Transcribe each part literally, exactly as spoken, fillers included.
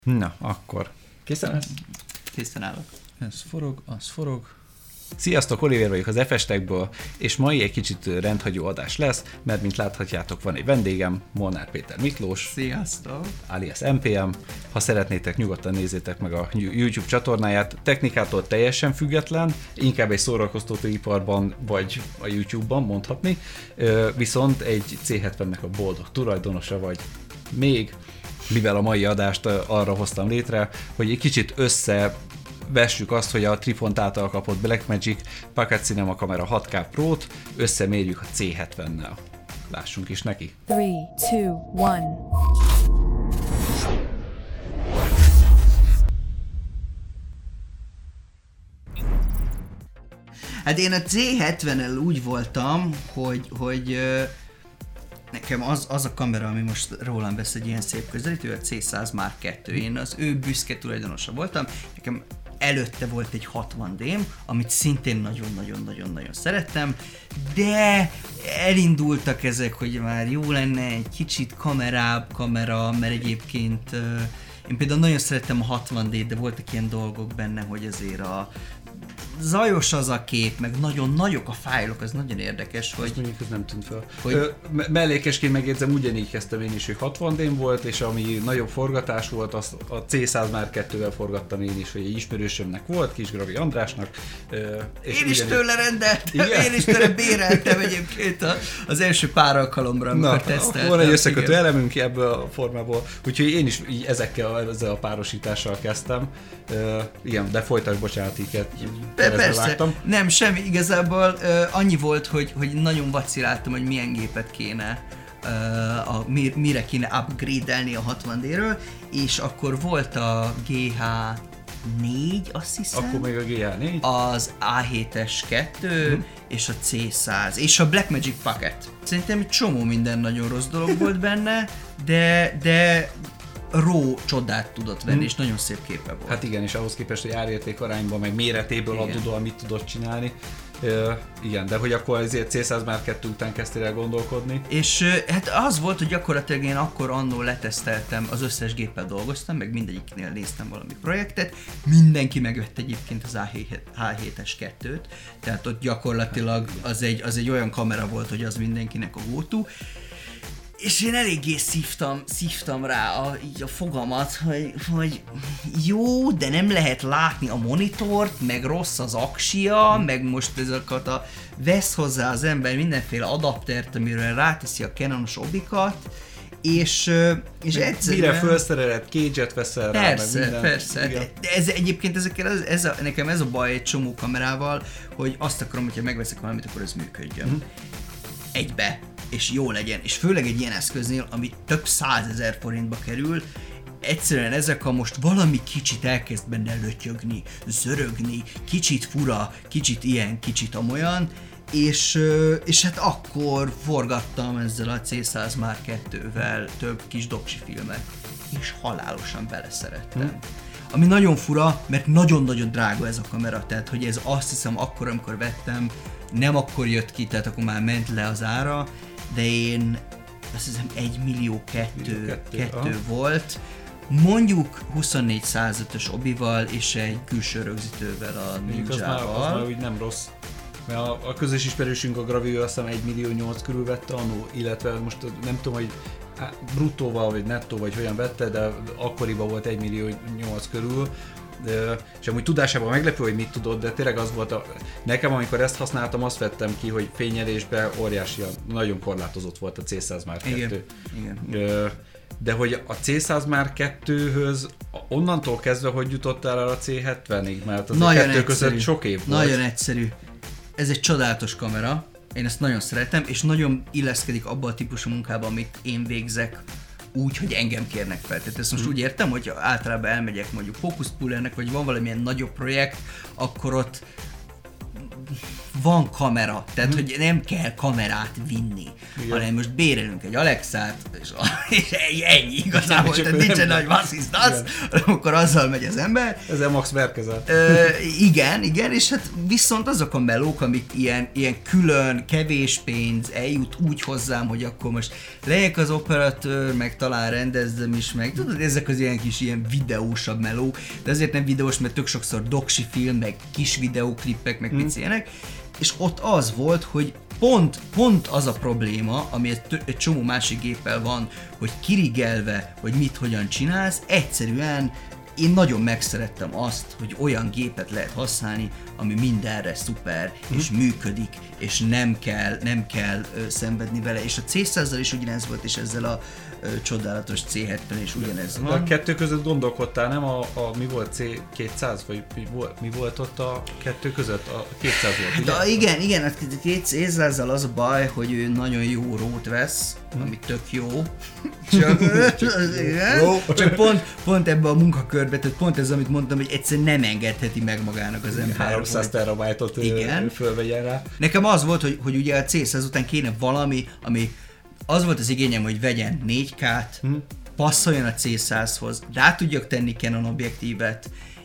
Na, akkor. Készen lesz? Készen állok. Ez forog, az forog. Sziasztok, Oliver vagyok az ef es Techből, és mai egy kicsit rendhagyó adás lesz, mert mint láthatjátok, van egy vendégem, Molnár Péter Miklós. Sziasztok! Alias em pé em. Ha szeretnétek, nyugodtan nézzétek meg a YouTube csatornáját. Technikától teljesen független, inkább egy szórakoztatóiparban vagy a YouTube-ban mondhatni, viszont egy cé hetvennek a boldog tulajdonosa vagy még, mivel a mai adást arra hoztam létre, hogy egy kicsit összevessük azt, hogy a Trifont által kapott Blackmagic Pocket Cinema Camera hat ká Pro-t összemérjük a cé hetvennel. Lássunk is neki. three, two, one. Hát én a cé hetvennel úgy voltam, hogy, hogy nekem az, az a kamera, ami most rólam vesz egy ilyen szép közelítő, a cé száz Mark kettő. Én az ő büszke tulajdonosa voltam. Nekem előtte volt egy hatvan dém, amit szintén nagyon-nagyon-nagyon-nagyon szerettem, de elindultak ezek, hogy már jó lenne egy kicsit kamerább kamera, mert egyébként én például nagyon szerettem a hatvan dét, de voltak ilyen dolgok benne, hogy azért a zajos az a kép, meg nagyon nagyok a fájlok, az nagyon érdekes, hogy... Azt mondjuk, ez nem tűnt fel. Hogy... Ö, mellékesként megjegyzem, ugyanígy kezdtem én is, hogy hatvan dém volt, és ami nagyobb forgatás volt, azt a cé száz Mark kettővel forgattam én is, hogy egy ismerősömnek volt, Kisgravi Andrásnak. Ö, és én is ugyanígy... tőle rendeltem, igen? Én is tőle béreltem egyébként az első pár alkalomra, amikor teszteltem. Van egy összekötő igen. elemünk ebből a formából, úgyhogy én is így ezekkel, ezzel a párosítással kezdtem. Ö, igen, de folytasd, bocsánat, íket. Persze, vágtam. Nem, semmi, igazából uh, annyi volt, hogy, hogy nagyon vaciláltam, hogy milyen gépet kéne, uh, a, mir, mire kéne upgrade-elni a hatvan dé-ről, és akkor volt a gé há négy, azt hiszem. Akkor még a gé há négy. Az á hétes kettő, hmm. és a cé száz, és a Blackmagic Pocket. Szerintem egy csomó minden nagyon rossz dolog volt benne, de, de ró csodát tudott venni, hmm. és nagyon szép képe volt. Hát igen, és ahhoz képest, hogy árérték arányban, meg méretéből igen. adódóan mit tudott csinálni. Uh, igen, de hogy akkor ezért cé száz Mark kettő után kezdtél el gondolkodni. És uh, hát az volt, hogy gyakorlatilag én akkor annól leteszteltem, az összes géppel dolgoztam, meg mindegyiknél néztem valami projektet, mindenki megvette egyébként az á hétes kettőt, tehát ott gyakorlatilag az egy, az egy olyan kamera volt, hogy az mindenkinek a go-to. És én eléggé szívtam, szívtam rá a, így a fogamat, hogy, hogy jó, de nem lehet látni a monitort, meg rossz az aksia, hmm. meg most ezeket a vesz hozzá az ember mindenféle adaptert, amiről ráteszi a Canonos obikat, és, és egyszerűen... Mire felszereled, cage-et veszel rá, persze, meg minden. Persze, persze. De ez egyébként ezekkel, ez, ez a, nekem ez a baj egy csomó kamerával, hogy azt akarom, hogyha megveszek valamit, akkor ez működjön. Hmm. Egybe. És jó legyen, és főleg egy ilyen eszköznél, ami több százezer forintba kerül, egyszerűen ezek, ha most valami kicsit elkezd benne lötyögni, zörögni, kicsit fura, kicsit ilyen, kicsit amolyan, és, és hát akkor forgattam ezzel a cé száz Mark kettővel több kis doksi filmet, és halálosan beleszerettem. Hmm. Ami nagyon fura, mert nagyon-nagyon drága ez a kamera, tehát hogy ez azt hiszem akkor, amikor vettem, nem akkor jött ki, tehát akkor már ment le az ára, de én azt hiszem egy millió kettő, kettő, kettő volt, mondjuk huszonnégy százötös obival és egy külső rögzítővel, a Ninjával. Az már, az már úgy nem rossz. Mert a, a közös ismerősünk a Gravi, azt hiszem egy millió nyolc körül vette annó, illetve most nem tudom, hogy bruttóval vagy nettó vagy hogyan vette, de akkoriban volt egy millió nyolc körül. De, és amúgy tudásában meglepő, hogy mit tudod, de tényleg az volt a... Nekem, amikor ezt használtam, azt vettem ki, hogy fényelésben óriási, nagyon korlátozott volt a cé száz Mark kettő. Igen. Igen. De hogy a cé száz Mark kettőhöz onnantól kezdve, hogy jutottál el a cé hetvenig, mert az nagyon a kettő egyszerű. között sok év volt. Nagyon egyszerű. Ez egy csodálatos kamera, én ezt nagyon szeretem, és nagyon illeszkedik abba a típusú munkába, amit én végzek, úgy, hogy engem kérnek fel. Tehát ezt most mm. úgy értem, hogy általában elmegyek mondjuk fókuszpullernek, vagy van valamilyen nagyobb projekt, akkor ott van kamera, tehát hogy nem kell kamerát vinni, igen. hanem most bérelünk egy Alexát, és, és ennyi igazából, tehát nincsen nagy vasszisztasz, akkor azzal megy az ember. Ezzel max verkezett. Ö, igen, igen, és hát viszont azok a melók, amik ilyen, ilyen külön, kevés pénz eljut úgy hozzám, hogy akkor most legyek az operatőr, meg talán rendezzem is, meg tudod, ezek az ilyen kis ilyen videósabb melók, de azért nem videós, mert tök sokszor doksi film, meg kis videóklippek, meg hmm. ilyenek, és ott az volt, hogy pont, pont az a probléma, ami egy, egy csomó másik géppel van, hogy kirigelve, hogy mit, hogyan csinálsz, egyszerűen én nagyon megszerettem azt, hogy olyan gépet lehet használni, ami mindenre szuper, mm. és működik, és nem kell, nem kell ö, szenvedni vele, és a cé százzal is ugyanez volt, és ezzel a ö, csodálatos cé hetven is ugyanez van. De a kettő között gondolkodtál, nem? A, a mi volt cé kétszáz, vagy mi volt, mi volt ott a kettő között? A kétszáz volt, ugye? De igen, igen, a kétszázzal az a baj, hogy ő nagyon jó rót vesz, hmm. ami tök jó, csak, csak, csak pont, pont ebbe a munkakörbe, tehát pont ez, amit mondtam, hogy egyszerűen nem engedheti meg magának az ember. háromszáz terabájtot fölvegyen rá. Nekem az volt, hogy, hogy ugye a cé száz után kéne valami, ami az volt az igényem, hogy vegyen négy kát, hmm. passzoljon a cé százhoz, rá tudjak tenni Canon objektívet,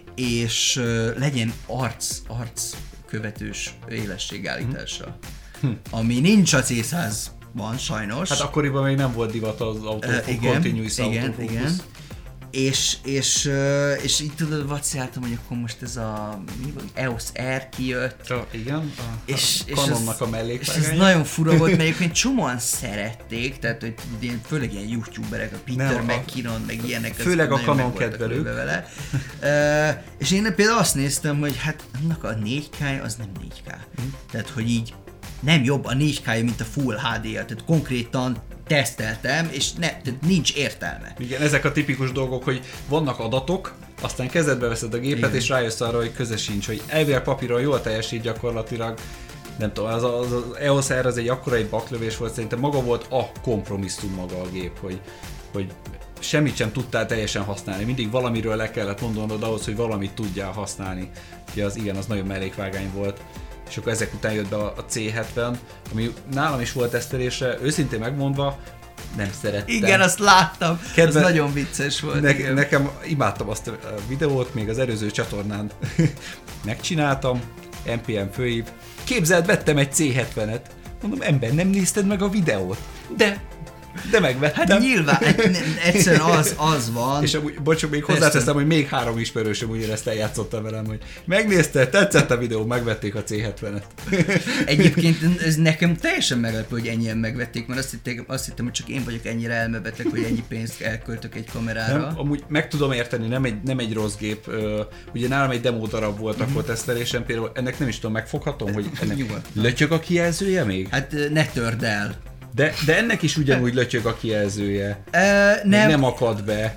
és uh, legyen arc, arc követős élességállításra, hmm. ami nincs a cé százban sajnos. Hát akkoriban még nem volt divat az autofókusz, uh, continuous autofókusz. Igen, igen. És, és, és így tudod, vaciláltam, hogy akkor most ez a mi van, e o es R kijött. Oh, igen, a, és, a Canonnak a mellékvágánya. És ez nagyon fura volt, mert egyébként csomóan szerették, tehát hogy ilyen, főleg ilyen youtuberek, a Peter McKinnon, meg ilyenek. Főleg a Canon kedvelők. Vele. uh, és én például azt néztem, hogy hát annak a négy ká az nem négy ká. Hmm. Tehát, hogy így nem jobb a négy ká mint a Full há dé-ja, tehát konkrétan teszteltem, és ne, tehát nincs értelme. Igen, ezek a tipikus dolgok, hogy vannak adatok, aztán kezedbe veszed a gépet, igen. és rájössz arra, hogy köze sincs, hogy elvileg papíron jól teljesít gyakorlatilag, nem tudom, az, az, az e o es R az egy akkora egy baklövés volt, szerintem maga volt a kompromisszum maga a gép, hogy, hogy semmit sem tudtál teljesen használni, mindig valamiről le kellett mondanod ahhoz, hogy valamit tudjál használni. Ugye az igen, az nagyon mellékvágány volt. És akkor ezek után jött be a cé hetven, ami nálam is volt tesztelésre, őszintén megmondva, nem szerettem. Igen, azt láttam, Kedve... az nagyon vicces volt. Ne- nekem imádtam azt a videót, még az előző csatornán megcsináltam, en pé em főív. Képzeld, vettem egy cé hetvenet. Mondom, ember, nem nézted meg a videót? De... De megvettem. Hát nyilván, egyszerűen az, az van. És amúgy, bocsánat, még hozzáteszem, hogy még három ismerősöm ugyanezt eljátszottam velem, hogy megnézte, tetszett a videó, megvették a cé hetvenet. Egyébként ez nekem teljesen meglepő, hogy ennyien megvették, mert azt hittem, azt hittem, hogy csak én vagyok ennyire elmebeteg, hogy ennyi pénzt elköltök egy kamerára. Nem, amúgy meg tudom érteni, nem egy, nem egy rossz gép. Ugye nálam egy demo darab volt akkor mm-hmm. tesztelésen, például ennek nem is tudom, megfoghatom, hogy ennek lötyög a kijelzője még? Hát ne törd el. De, de ennek is ugyanúgy lötyög a kijelzője. Uh, nem, nem akad be.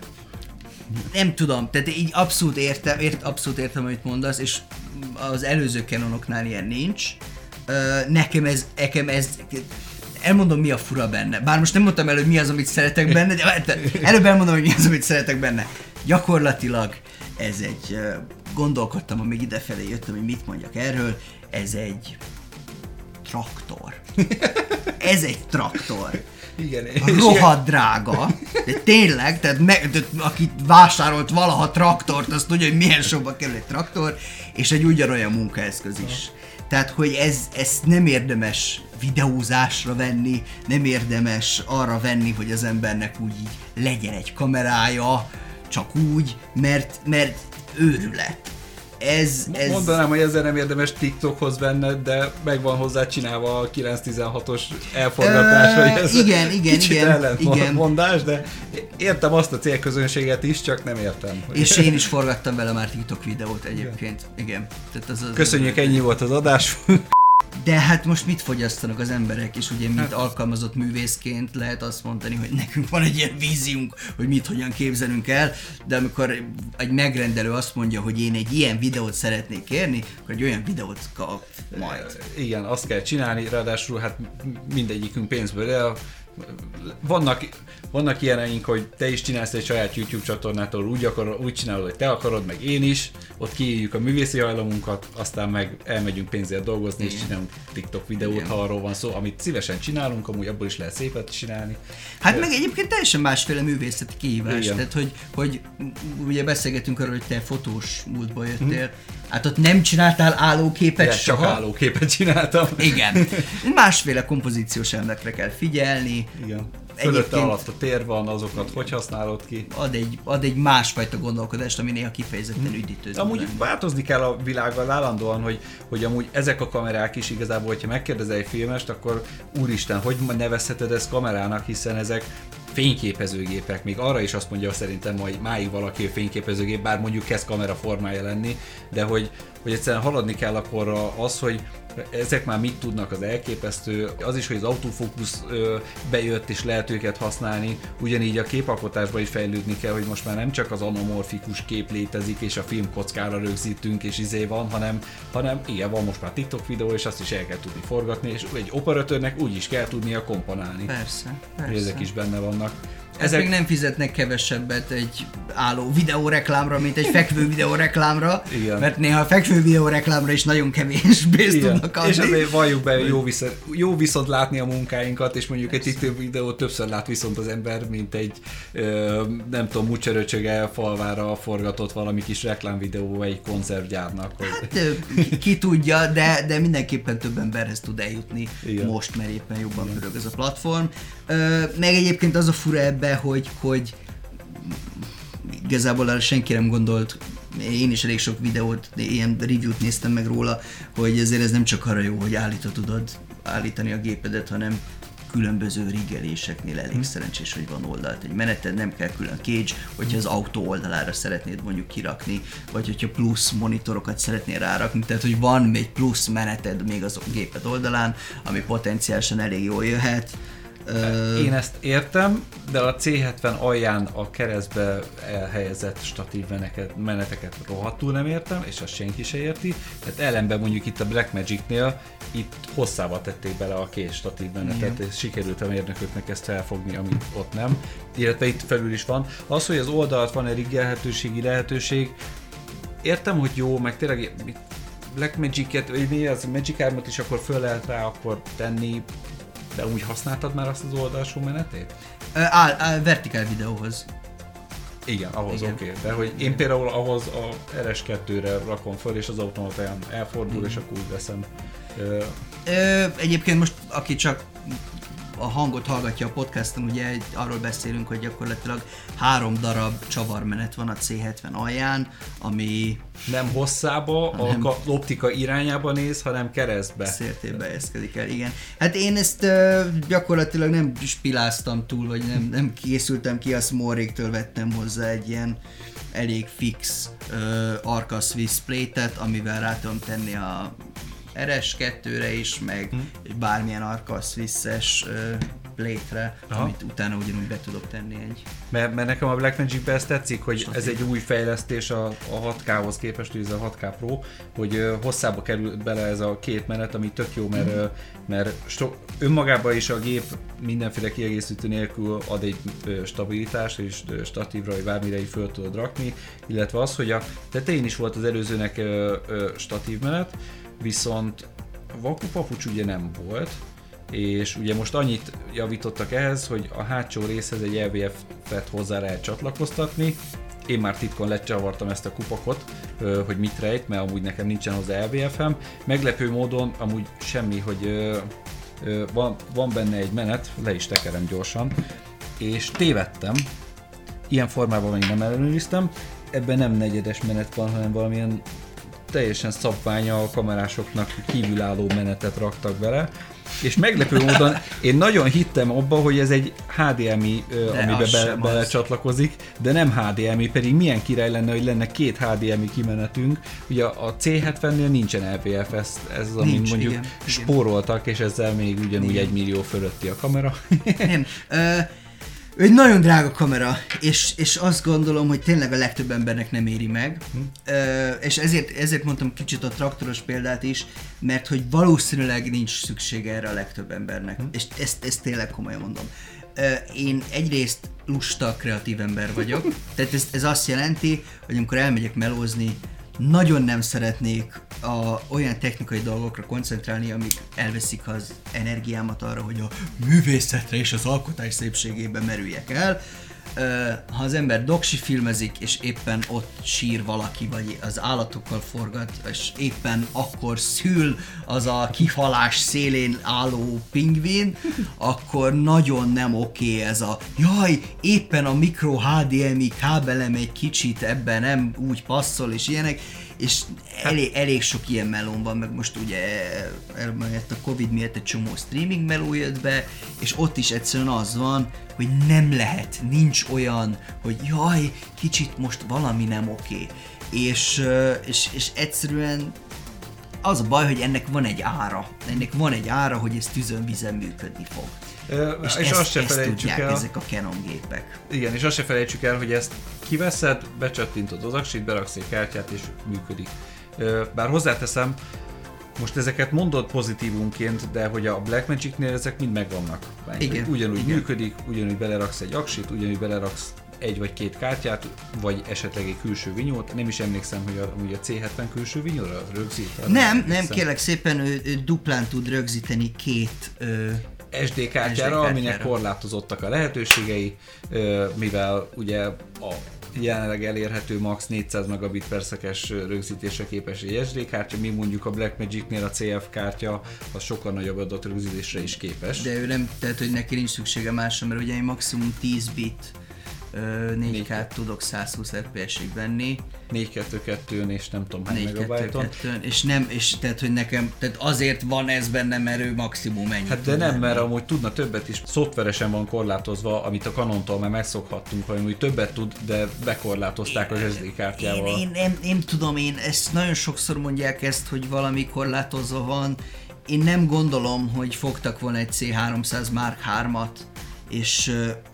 Nem tudom, tehát így abszolút értem, ért, abszolút értem, amit mondasz, és az előző Canonoknál ilyen nincs. Uh, nekem ez, nekem ez, elmondom, mi a fura benne. Bár most nem mondtam el, hogy mi az, amit szeretek benne, de előbb elmondom, hogy mi az, amit szeretek benne. Gyakorlatilag ez egy, uh, gondolkodtam, amíg idefelé jöttem, hogy mit mondjak erről, ez egy traktor. Ez egy traktor. Igen. Rohadt drága. De tényleg, tehát me, de, aki vásárolt valaha traktort, azt tudja, hogy milyen sokba kerül egy traktor, és egy ugyanolyan munkaeszköz is. Tehát, hogy ez, ez nem érdemes videózásra venni, nem érdemes arra venni, hogy az embernek úgy így legyen egy kamerája, csak úgy, mert, mert őrület. Ez, ez... Mondanám, hogy ezzel nem érdemes TikTokhoz venned, de meg van hozzá csinálva a kilenc tizenhatos elforgatás, uh, hogy ez igen, igen, kicsit igen, ellentmondás, de értem azt a célközönséget is, csak nem értem. Hogy... És én is forgattam vele már TikTok videót egyébként. Igen. igen. Tehát az, az, Köszönjük, az... ennyi volt az adás. De hát most mit fogyasztanak az emberek, és ugye mint alkalmazott művészként lehet azt mondani, hogy nekünk van egy ilyen víziunk, hogy mit hogyan képzelünk el, de amikor egy megrendelő azt mondja, hogy én egy ilyen videót szeretnék kérni, akkor egy olyan videót kap majd. Igen, azt kell csinálni, ráadásul hát mindegyikünk pénzből el, vannak, vannak ilyeneink, hogy te is csinálsz egy saját YouTube csatornától, úgy, akar, úgy csinálod, hogy te akarod, meg én is, ott kiírjuk a művészi hajlamunkat, aztán meg elmegyünk pénzért dolgozni, igen. és csinálunk TikTok videót, igen. ha arról van szó, amit szívesen csinálunk, amúgy abból is lehet szépet csinálni. Hát de... meg egyébként teljesen másféle művészeti kihívás, igen. tehát hogy, hogy ugye beszélgetünk arról, hogy te fotós múltból jöttél, hmm. hát ott nem csináltál állóképet de, soha. Csak állóképet csináltam. Igen. Másféle kompozíciós elemekre kell figyelni. Igen. Fölötte alatt a tér van, azokat hogy használod ki? Ad egy, ad egy másfajta gondolkodást, ami néha kifejezetten üdítő. Amúgy lenni. változni kell a világgal állandóan, hogy, hogy amúgy ezek a kamerák is igazából, hogyha megkérdezel egy filmest, akkor úristen, hogy nevezheted ezt kamerának, hiszen ezek fényképezőgépek, még arra is azt mondja szerintem, hogy máig valaki a fényképezőgép, bár mondjuk kezd kamera formája lenni, de hogy, hogy egyszerűen haladni kell akkor az, hogy ezek már mit tudnak, az elképesztő, az is, hogy az autofókusz bejött és lehet őket használni, ugyanígy a képalkotásban is fejlődni kell, hogy most már nem csak az anamorfikus kép létezik és a filmkockára rögzítünk és izé van, hanem, hanem igen, van most már TikTok videó és azt is el kell tudni forgatni, és egy operatőrnek úgy is kell tudnia komponálni. Persze, persze. Ezek is benne vannak. Ezek még nem fizetnek kevesebbet egy álló videóreklámra, mint egy fekvő videóreklámra, igen. mert néha a fekvő videóreklámra is nagyon kevés pénzt tudnak adni. És azért valljuk be, jó viszont, jó viszont látni a munkáinkat, és mondjuk egy TikTok videót többször lát viszont az ember, mint egy ö, nem tudom, mucseröcsöge falvára forgatott valami kis reklámvideó vagy egy konzervgyárnak. Hogy... Hát ki tudja, de, de mindenképpen több emberhez tud eljutni igen. most, mert éppen jobban igen. pörög ez a platform. Ö, meg egyébként az a fura ebbe, hogy, hogy igazából arra senki nem gondolt, én is elég sok videót, ilyen review-t néztem meg róla, hogy ezért ez nem csak arra jó, hogy állítva tudod állítani a gépedet, hanem különböző riggeléseknél elég hmm. szerencsés, hogy van oldalt egy meneted, nem kell külön cage, hogyha az autó oldalára szeretnéd mondjuk kirakni, vagy hogyha plusz monitorokat szeretnél rárakni, tehát hogy van egy plusz meneted még az géped oldalán, ami potenciálisan elég jól jöhet. Én ezt értem, de a cé hetven alján a keresztbe elhelyezett statív meneteket rohadtul nem értem, és azt senki se érti. Tehát ellenben mondjuk itt a Blackmagic-nél itt hosszával tették bele a két statív menetet, és sikerült a mérnököknek ezt felfogni, amit ott nem. Illetve itt felül is van. Az, hogy az oldalt van egy riggelhetőségi lehetőség, értem, hogy jó, meg tényleg Blackmagic-et, vagy mi az, Magic Armot is akkor föl lehet rá akkor tenni. De úgy használtad már azt az oldalsó menetét? Áll, áll vertikál videóhoz. Igen, ahhoz oké. Okay. De hogy én például ahhoz a er es kettőre rakom föl, és az automatáján elfordul, igen. és akkor úgy veszem. Ö... Ö, egyébként most, aki csak a hangot hallgatja a podcaston, ugye arról beszélünk, hogy gyakorlatilag három darab csavarmenet van a cé hetven alján, ami... Nem hosszába, hanem az optika irányába néz, hanem keresztbe. Szértébe helyezkedik el, igen. Hát én ezt uh, gyakorlatilag nem spiláztam túl, vagy nem, nem készültem ki, a Smallrig-től vettem hozzá egy ilyen elég fix uh, Arca Swiss plate-et, amivel rá tudom tenni a er es kettőre is, meg hmm. bármilyen Arca Swiss-es uh, plate-re, aha. amit utána ugyanúgy be tudok tenni egy... Mert, mert nekem a Blackmagic-ben ezt tetszik, hogy Statív. Ez egy új fejlesztés a, a hat ká-hoz képest, ez a hat ká Pro, hogy uh, hosszába kerül bele ez a két menet, ami tök jó, mert, hmm. uh, mert sto- önmagában is a gép mindenféle kiegészítő nélkül ad egy uh, stabilitást, és uh, statívra, vagy bármire így föl tudod rakni, illetve az, hogy a tetején is volt az előzőnek uh, uh, statív menet, viszont vakupapucs ugye nem volt, és ugye most annyit javítottak ehhez, hogy a hátsó részhez egy el vé ef-et hozzá lehet csatlakoztatni. Én már titkon lecsavartam ezt a kupakot, hogy mit rejt, mert amúgy nekem nincsen hozzá el vé ef-em. Meglepő módon amúgy semmi, hogy van, van benne egy menet, le is tekerem gyorsan, és tévedtem, ilyen formában még nem ellenőriztem, ebben nem negyedes menet van, hanem valamilyen teljesen szabványa a kamerásoknak kívülálló menetet raktak bele, és meglepő módon én nagyon hittem abba, hogy ez egy há dé em i, de amiben be, belecsatlakozik, de nem há dé em i, pedig milyen király lenne, hogy lenne két há dé em i kimenetünk. Ugye a cé hetvennél nincsen el vé ef, ez, ez az, amit mondjuk igen, spóroltak, és ezzel még ugyanúgy igen. egy millió fölötti a kamera. Nem. Ö, Egy nagyon drága kamera, és, és azt gondolom, hogy tényleg a legtöbb embernek nem éri meg. Hm. Ö, és ezért, ezért mondtam kicsit a traktoros példát is, mert hogy valószínűleg nincs szüksége erre a legtöbb embernek. Hm. És ezt, ezt tényleg komolyan mondom. Ö, én egyrészt lusta, kreatív ember vagyok, tehát ez, ez azt jelenti, hogy amikor elmegyek melózni, nagyon nem szeretnék a, olyan technikai dolgokra koncentrálni, amik elveszik az energiámat arra, hogy a művészetre és az alkotás szépségében merüljek el. Uh, ha az ember doksi filmezik, és éppen ott sír valaki, vagy az állatokkal forgat, és éppen akkor szül az a kihalás szélén álló pingvin, akkor nagyon nem oké ez a jaj, éppen a mikro há dé em i kábelem egy kicsit ebben nem úgy passzol, és ilyenek, és elég, elég sok ilyen melón van, meg most ugye a Covid miatt egy csomó streaming meló jött be, és ott is egyszerűen az van, hogy nem lehet, nincs olyan, hogy jaj, kicsit most valami nem oké. És, és, és egyszerűen az a baj, hogy ennek van egy ára. Ennek van egy ára, hogy ez tűzön vízen működni fog. Ö, és és ezt, azt se ezt tudják el, ezek a Canon gépek. Igen, és azt se felejtsük el, hogy ezt kiveszed, becsattintod az aksit, beraksz egy kártyát és működik. Bár hozzáteszem, most ezeket mondod pozitívumként, de hogy a Blackmagicnél ezek mind megvannak. Igen, ugyanúgy igen. működik, ugyanúgy beleraksz egy aksit, ugyanúgy beleraksz egy vagy két kártyát, vagy esetleg egy külső vinyót. Nem is emlékszem, hogy a, hogy a cé hetven külső vinyóra rögzít. Nem, nem, kérlek szépen, ő, ő duplán tud rögzíteni két ö, es dé kártyára, aminek korlátozottak a lehetőségei, mivel ugye a jelenleg elérhető max. négyszáz megabit per szekes rögzítésre képes egy es dé kártya, mi mondjuk a Blackmagicnél a cé ef kártya az sokkal nagyobb adatrögzítésre is képes. De ő nem, tehát hogy neki nincs szüksége másra, mert ugye én maximum tíz bit négy ká-t tudok száz húsz ef pé es-ig venni. négy kettő kettőn és nem tudom hány megabájton. És nem, és tehát hogy nekem, tehát azért van ez benne, mert ő maximum ennyi. Hát de nem, lenni. Mert amúgy tudna többet is, szoftveresen van korlátozva, amit a Canontól már megszokhattunk, hogy úgy többet tud, de bekorlátozták én, az es dé kártyával. Én, én nem, nem tudom, én ezt nagyon sokszor mondják ezt, hogy valami korlátozva van. Én nem gondolom, hogy fogtak volna egy cé háromszáz Mark hármat, és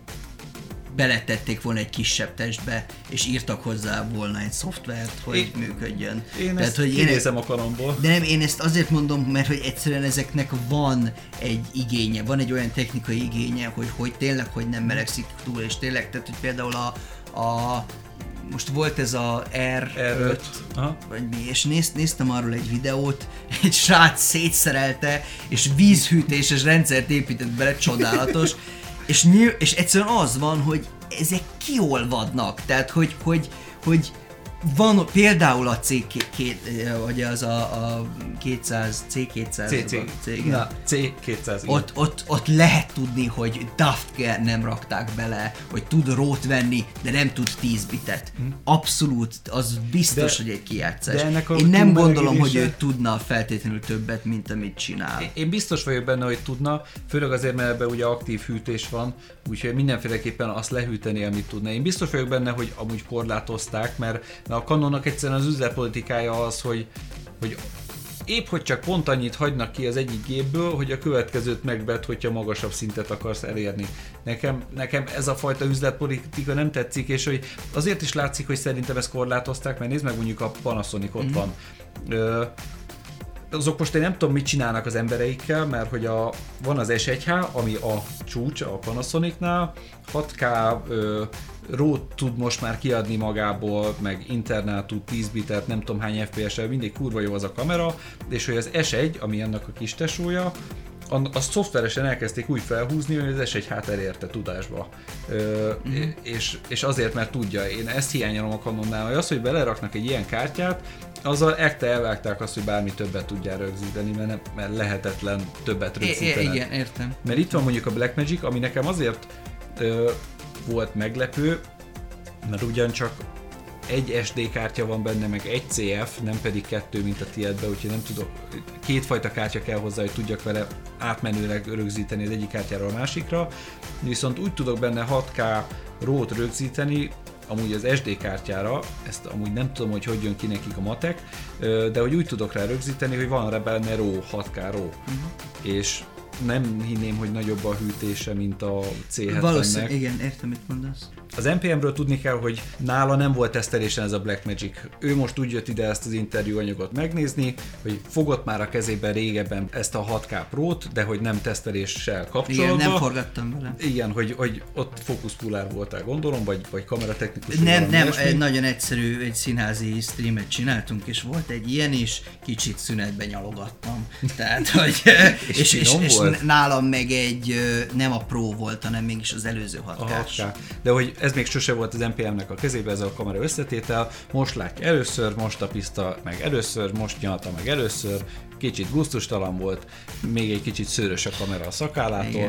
beletették volna egy kisebb testbe, és írtak hozzá volna egy szoftvert, hogy én, működjön. Én Tehát, ezt hogy én a Canonból. De nem, én ezt azért mondom, mert hogy egyszerűen ezeknek van egy igénye, van egy olyan technikai igénye, hogy, hogy tényleg, hogy nem melegszik túl, és tényleg, tehát hogy például a, a most volt ez a er öt, vagy mi, és néz, néztem arról egy videót, egy srác szétszerelte, és vízhűtéses rendszert épített bele, csodálatos, És, nyilv, és egyszerűen az van, hogy ezek kiolvadnak, tehát hogy, hogy, hogy van például a C kétszáz, vagy az a, a kétszáz, cé kétszáz, C C, na, cé kétszáz, ott, ott, ott lehet tudni, hogy daft nem rakták bele, hogy tud rót venni, de nem tud tíz bitet. Abszolút, az biztos, de, hogy egy kijátszás. Én nem gondolom, hogy ő tudna feltétlenül többet, mint amit csinál. Én, én biztos vagyok benne, hogy tudna, főleg azért, mert ebben ugye aktív hűtés van, úgyhogy mindenféleképpen azt lehűteni, amit tudna. Én biztos vagyok benne, hogy amúgy korlátozták, mert a Canonnak egyszerűen az üzletpolitikája az, hogy, hogy épp hogy csak pont annyit hagynak ki az egyik gépből, hogy a következőt megbet, hogyha magasabb szintet akarsz elérni. Nekem, nekem ez a fajta üzletpolitika nem tetszik, és hogy azért is látszik, hogy szerintem ezt korlátozták, mert nézd meg, mondjuk a Panasonic ott mm-hmm. van. Ö, azok most én nem tudom, mit csinálnak az embereikkel, mert hogy a, van az es egy há, ami a csúcs a Panasonicnál, hat ká ö, rót tud most már kiadni magából, meg internál tud tíz bitet, nem tudom hány ef pé es-el, mindig kurva jó az a kamera, és hogy az es egy, ami annak a kis tesója, azt szoftveresen elkezdték úgy felhúzni, hogy az es egy há-t elérte tudásba. Ö, mm. és, és azért, mert tudja, én ezt hiányolom a Canonnál, hogy az, hogy beleraknak egy ilyen kártyát, azzal ekte elvágták azt, hogy bármi többet tudjál rögzíteni, mert, nem, mert lehetetlen többet rögzítened. Igen, értem. Mert itt van mondjuk a Blackmagic, ami nekem azért ö, volt meglepő, mert ugyancsak egy es dé kártya van benne, meg egy cé ef, nem pedig kettő, mint a tiédben, úgyhogy nem tudok, kétfajta kártya kell hozzá, hogy tudjak vele átmenőleg rögzíteni az egyik kártyáról a másikra, viszont úgy tudok benne hat ká rót rögzíteni, amúgy az es dé kártyára, ezt amúgy nem tudom, hogy hogy jön ki nekik a matek, de hogy úgy tudok rá rögzíteni, hogy van rá benne RAW, hat ká RAW. Uh-huh. És nem hinném, hogy nagyobb a hűtése, mint a cé hetvennek. Valószínűleg, igen, értem, mit mondasz. Az em pé em-ről tudni kell, hogy nála nem volt tesztelésen ez a Blackmagic. Ő most úgy jött ide ezt az interjúanyagot megnézni, hogy fogott már a kezében régebben ezt a hat ká Pro-t, de hogy nem teszteléssel kapcsolatban. Igen, nem forgattam vele. Igen, hogy, hogy ott fókuszpullár voltál, gondolom, vagy, vagy kameratechnikus. Nem, nem, egy nagyon egyszerű, egy színházi streamet csináltunk, és volt egy ilyen is, kicsit szünetben nyalogattam. Tehát, hogy, és, és, és, és nálam meg egy, nem a Pro volt, hanem mégis az előző hat ká-s. De hogy ez még sose volt az em pé em-nek a kezében, ez a kamera összetétel, most látja először, most tapizta meg először, most nyalta meg először, kicsit gusztustalan volt, még egy kicsit szőrös a kamera a szakállától,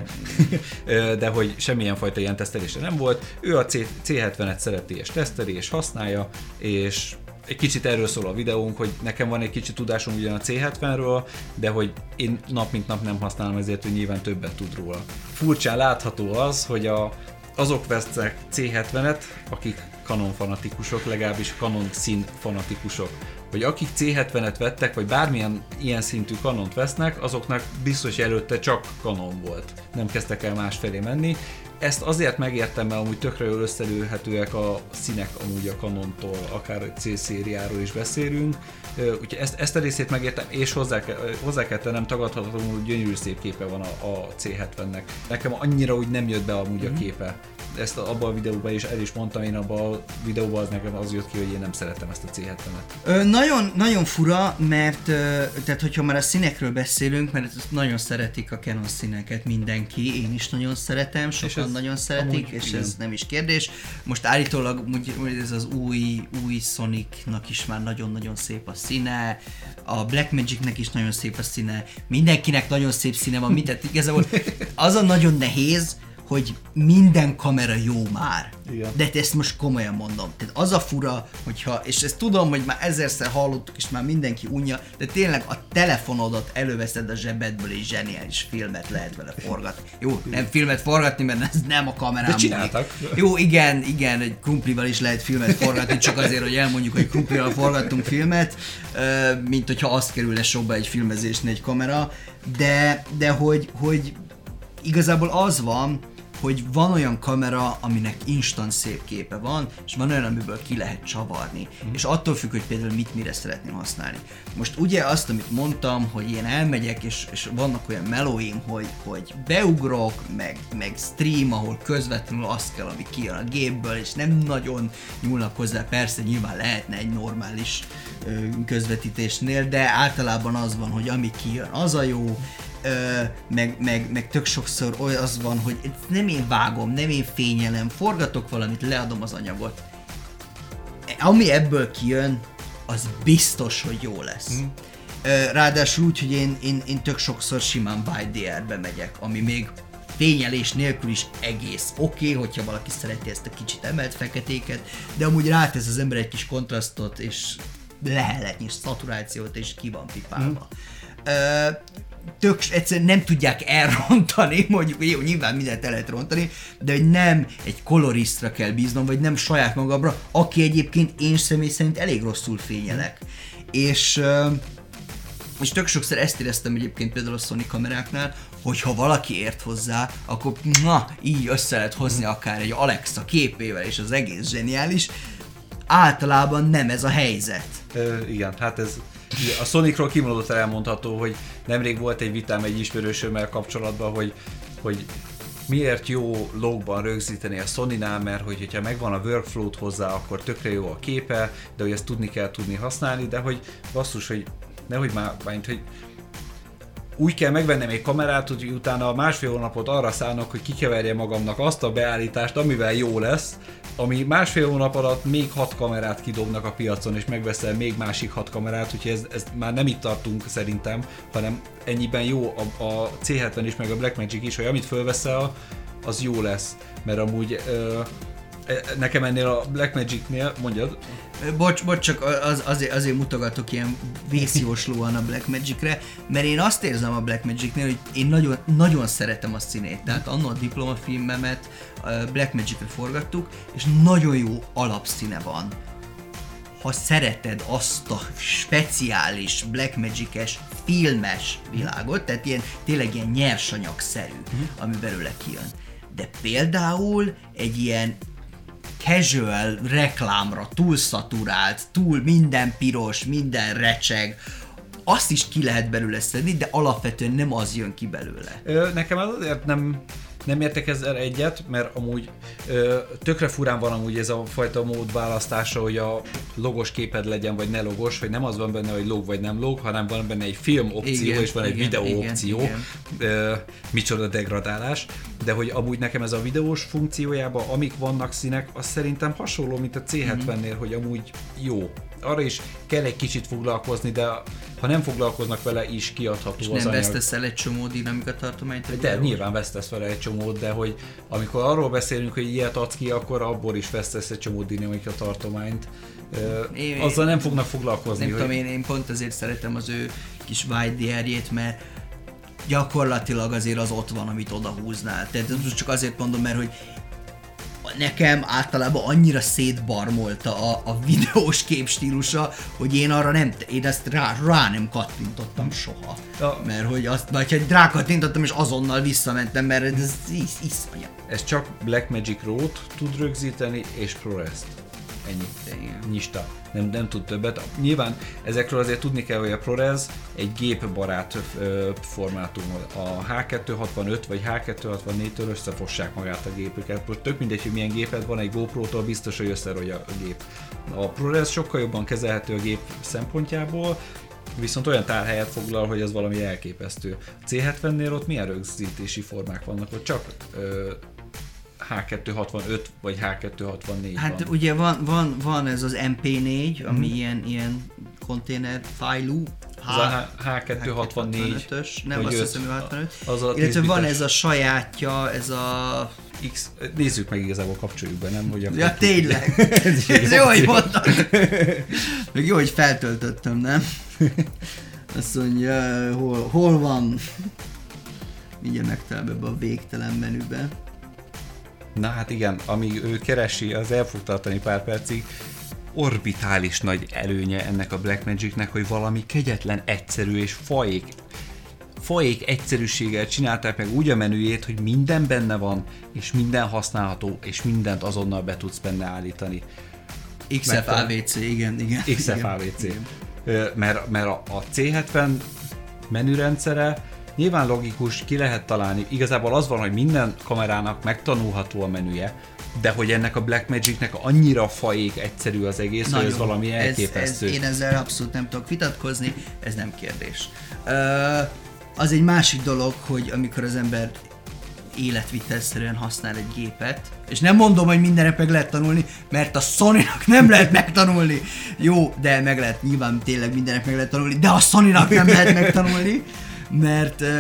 de hogy semmilyen fajta ilyen tesztelése nem volt. Ő a cé hetvenet szereti és teszteli és használja, és egy kicsit erről szól a videónk, hogy nekem van egy kicsit tudásom ugyan a cé hetvenről, de hogy én nap mint nap nem használom, ezért hogy nyilván többet tud róla. Furcsán látható az, hogy a azok vesznek cé hetvenet, akik Canon fanatikusok, legalábbis Canon szín fanatikusok. Hogy akik cé hetvenet vettek, vagy bármilyen ilyen szintű Canont vesznek, azoknak biztos előtte csak Canon volt. Nem kezdtek el másfelé menni. Ezt azért megértem, mert amúgy tökre jól összelőhetőek a színek amúgy a Canontól, akár egy C-szériáról is beszélünk. Úgyhogy ezt, ezt a részét megértem, és hozzá kell, hozzá kell tennem, tagadhatatlanul gyönyörű szép képe van a, a cé hetvennek. Nekem annyira úgy nem jött be amúgy a képe. Ezt abban a videóban is el is mondtam, én abban a videóban az nekem az jött ki, hogy én nem szeretem ezt a cé hetvenet. Ö, nagyon, nagyon fura, mert ö, tehát hogyha már a színekről beszélünk, mert nagyon szeretik a Canon színeket mindenki, én is nagyon szeretem, sokan ez nagyon szeretik, amúgy, és igen. Ez nem is kérdés. Most állítólag ez az új, új Sonicnak is már nagyon-nagyon szép a színe, a Blackmagicnek is nagyon szép a színe, mindenkinek nagyon szép színe van, mit igazából az a nagyon nehéz, hogy minden kamera jó már. Igen. De ezt most komolyan mondom. Tehát az a fura, hogyha, és ezt tudom, hogy már ezerszer hallottuk, és már mindenki unja, de tényleg a telefonodat előveszed a zsebedből, és zseniális filmet lehet vele forgatni. Jó, nem filmet forgatni, mert ez nem a kamerám. De csináltak. Jó, igen, igen, egy krumplival is lehet filmet forgatni, csak azért, hogy elmondjuk, hogy krumplival forgattunk filmet, mint hogyha azt kerülne sokba egy filmezésnél egy kamera, de, de hogy, hogy igazából az van, hogy van olyan kamera, aminek instant szép képe van, és van olyan, amiből ki lehet csavarni. Mm. És attól függ, hogy például mit mire szeretném használni. Most ugye azt, amit mondtam, hogy én elmegyek, és, és vannak olyan melóim, hogy, hogy beugrok, meg, meg stream, ahol közvetlenül azt kell, ami kijön a gépből, és nem nagyon nyúlnak hozzá, persze nyilván lehetne egy normális ö, közvetítésnél, de általában az van, hogy ami kijön, az a jó, Ö, meg, meg, meg tök sokszor olyan az van, hogy nem én vágom, nem én fényelem, forgatok valamit, leadom az anyagot. Ami ebből kijön, az biztos, hogy jó lesz. Mm. Ö, ráadásul úgy, hogy én, én, én tök sokszor simán by dé er-be megyek, ami még fényelés nélkül is egész oké, okay, hogyha valaki szereti ezt a kicsit emelt feketéket, de amúgy rátesz az ember egy kis kontrasztot, és leheletnyi szaturációt, és ki van pipálva. Mm. Ö, tök egyszerűen nem tudják elrontani, mondjuk, jó, nyilván mindent el lehet rontani, de hogy nem egy kolorisztra kell bíznom, vagy nem saját magamra, aki egyébként én személy szerint elég rosszul fényelek. És, és tök sokszor ezt éreztem egyébként például a Sony kameráknál, hogyha valaki ért hozzá, akkor na, így össze lehet hozni akár egy Alexa képével, és az egész zseniális. Általában nem ez a helyzet. Ö, igen, hát ez a Sonicról kimondottan elmondható, hogy nemrég volt egy vitám egy ismerősömmel kapcsolatban, hogy, hogy miért jó logban rögzíteni a Sonynál, mert hogy, hogyha megvan a workflow-t hozzá, akkor tökre jó a képe, de hogy ezt tudni kell tudni használni, de hogy basszus, hogy nehogy már, mint, hogy úgy kell megvennem egy kamerát, hogy utána másfél hónapot arra szánok, hogy kikeverje magamnak azt a beállítást, amivel jó lesz, ami másfél hónap alatt még hat kamerát kidobnak a piacon, és megveszel még másik hat kamerát, úgyhogy ez, ez már nem itt tartunk szerintem, hanem ennyiben jó a, a cé hetven is, meg a Blackmagic is, hogy amit fölveszel, az jó lesz, mert amúgy ö, nekem ennél a Blackmagicnél, mondjad? Bocs, bocs, csak az, azért, azért mutogatok ilyen vészjóslóan a Blackmagicre, mert én azt érzem a Blackmagicnél, hogy én nagyon, nagyon szeretem a színét, tehát anno a diplomafilmemet Blackmagicre forgattuk, és nagyon jó alapszíne van. ha szereted azt a speciális Blackmagic-es filmes világot, tehát ilyen, tényleg ilyen nyersanyagszerű, uh-huh. ami belőle kijön. De például egy ilyen casual reklámra túl szaturált, túl minden piros, minden recseg, azt is ki lehet belőle szedni, de alapvetően nem az jön ki belőle. Ö, nekem az azért nem, nem értek ezzel egyet, mert amúgy ö, tökre furán van amúgy ez a fajta mód választása, hogy a logos képed legyen, vagy ne logos, hogy nem az van benne, hogy log vagy nem log, hanem van benne egy film opció, igen, és van egy igen, videó igen, opció. Igen. Ö, micsoda degradálás, de hogy amúgy nekem ez a videós funkciójában, amik vannak színek, az szerintem hasonló, mint a cé hetvennél, mm-hmm. hogy amúgy jó. Arra is kell egy kicsit foglalkozni, de ha nem foglalkoznak vele is, kiadható és az anyag. nem vesztesz el egy csomó dinamika tartományt? De nyilván vesztesz vele egy csomót, de hogy amikor arról beszélünk, hogy ilyet adsz ki, akkor abból is vesztesz egy csomó dinamika tartományt. Én, Azzal nem fognak foglalkozni. Nem hogy... tudom, én, én pont azért szeretem az ő kis wide dé er-jét, mert gyakorlatilag azért az ott van, amit oda húznál. Tehát csak azért mondom, mert hogy nekem általában annyira szétbarmolta a, a videós képstílusa, hogy én arra nem, én ezt rá, rá nem kattintottam soha. Ja. Mert hogy azt, vagy hogy rá kattintottam és azonnal visszamentem, mert ez is, iszonyat. Ez csak Blackmagic Raw-t tud rögzíteni és ProRes-t. Ennyi. Nyista. Nem, nem tud többet. Nyilván ezekről azért tudni kell, hogy a ProRes egy gépbarát ö, formátum. A há kétszázhatvanöt vagy há kétszázhatvannégytől összefossák magát a gépüket. Most tök mindegy, hogy milyen géped van, egy GoPro-tól biztos, hogy összerodja a gép. A ProRes sokkal jobban kezelhető a gép szempontjából, viszont olyan tárhelyet foglal, hogy ez valami elképesztő. A cé hetvennél ott milyen rögzítési formák vannak, ott csak ö, há kétszázhatvanöt vagy há kétszázhatvannégy hát van. ugye van, van, van ez az em pé négy, ami hmm. ilyen, ilyen konténer fájlú, az a há kétszázhatvannégy, nem azt hiszem, hogy hatvanöt, az a illetve van ez a sajátja, ez a... X, nézzük meg igazából, kapcsoljuk be, nem? Hogy akkor ja, tényleg! ez, ez jó, hogy mondtad! Még jó, hogy feltöltöttem, nem? Azt mondja, hol, hol van? Mindjárt megtalálom ebbe a végtelen menübe. Na hát igen, amíg ő keresi, az el fog tartani pár percig. Orbitális nagy előnye ennek a Blackmagicnek, hogy valami kegyetlen, egyszerű és fajék, fajék egyszerűséggel csinálták meg úgy a menüjét, hogy minden benne van, és minden használható, és mindent azonnal be tudsz benne állítani. iksz ef á vé cé, igen, igen. iksz ef á vé cé. Mert, mert a, a cé hetven menürendszere nyilván logikus, ki lehet találni. Igazából az van, hogy minden kamerának megtanulható a menüje, de hogy ennek a Blackmagicnek annyira fajék egyszerű az egész, na hogy jó, ez valami elképesztő. Ez, ez, én ezzel abszolút nem tudok vitatkozni, ez nem kérdés. Uh, az egy másik dolog, hogy amikor az ember életvitelszerűen használ egy gépet, és nem mondom, hogy mindenre meg lehet tanulni, mert a Sony-nak nem lehet megtanulni. Jó, de meg lehet, nyilván tényleg mindenre meg lehet tanulni, de a Sony-nak nem lehet megtanulni. Mert uh,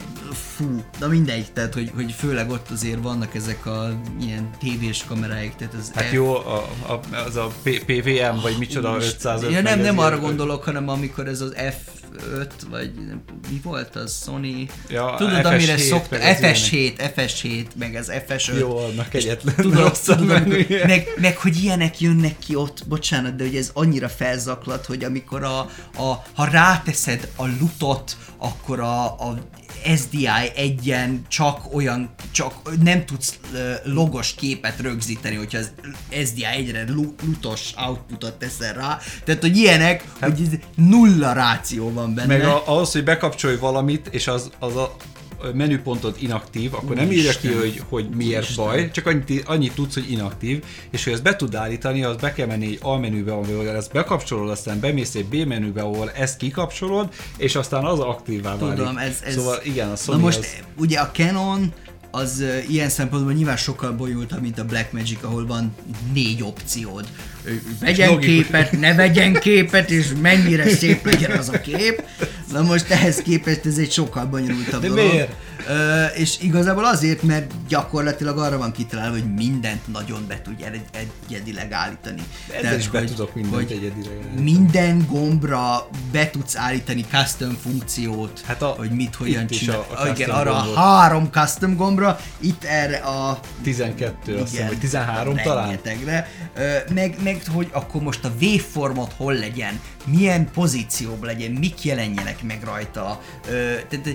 fú, na mindegy, tehát hogy, hogy főleg ott azért vannak ezek a ilyen tévés kameráik, tehát az hát F... jó, a, a, az a pé vé em vagy micsoda Úristen. ötszázöt. Ja, nem, nem arra gondolok, hanem amikor ez az ef öt, vagy mi volt az, Sony, ja, tudod, amire szokta, ef es hét, ef es hét, meg az ef es öt. Jó, annak egyetlen. Tudod, tudod amikor, meg, meg hogy ilyenek jönnek ki ott, bocsánat, de hogy ez annyira felzaklat, hogy amikor a, a ha ráteszed a lutot, akkor a, a es dé i egyen csak olyan, csak nem tudsz logos képet rögzíteni, hogyha az es dé i egyre lutos outputot teszel rá. Tehát, hogy ilyenek, hát, hogy nulla ráció van benne. Meg a, ahhoz, hogy bekapcsolj valamit, és az, az a menüpontod inaktív, akkor nem írja ki, hogy, hogy miért Isten. Baj, csak annyit, annyit tudsz, hogy inaktív, és hogy ezt be tud állítani, az be kell menni egy A menübe, ahol ezt bekapcsolod, aztán bemész egy B menübe, ahol ezt kikapcsolod, és aztán az aktívvá válik. Tudom, ez, ez... Szóval igen, a Sony na most az... ugye a Canon az uh, ilyen szempontból nyilván sokkal bonyolultabb, mint a Blackmagic, ahol van négy opciód. Vegyen képet, ne vegyen képet, és mennyire szép legyen az a kép. Na most ehhez képest ez egy sokkal bonyolultabb de dolog. miért? Ö, és igazából azért, mert gyakorlatilag arra van kitalálva, hogy mindent nagyon be tudj egy- egyedileg állítani. Ezzel is be hogy- tudok mindent hogy egyedileg állítani. minden gombra be tudsz állítani custom funkciót, Hát a- hogy mit, hogyan itt is csinál. a- a Igen, custom arra gombot. a három custom gombra, itt erre a tizenkettő, azt hiszem, vagy tizenhárom talán. rengetegre. Ö, meg, meg, hogy akkor most a waveformot hol legyen, milyen pozícióban legyen, mik jelenjenek meg rajta. Ö, tehát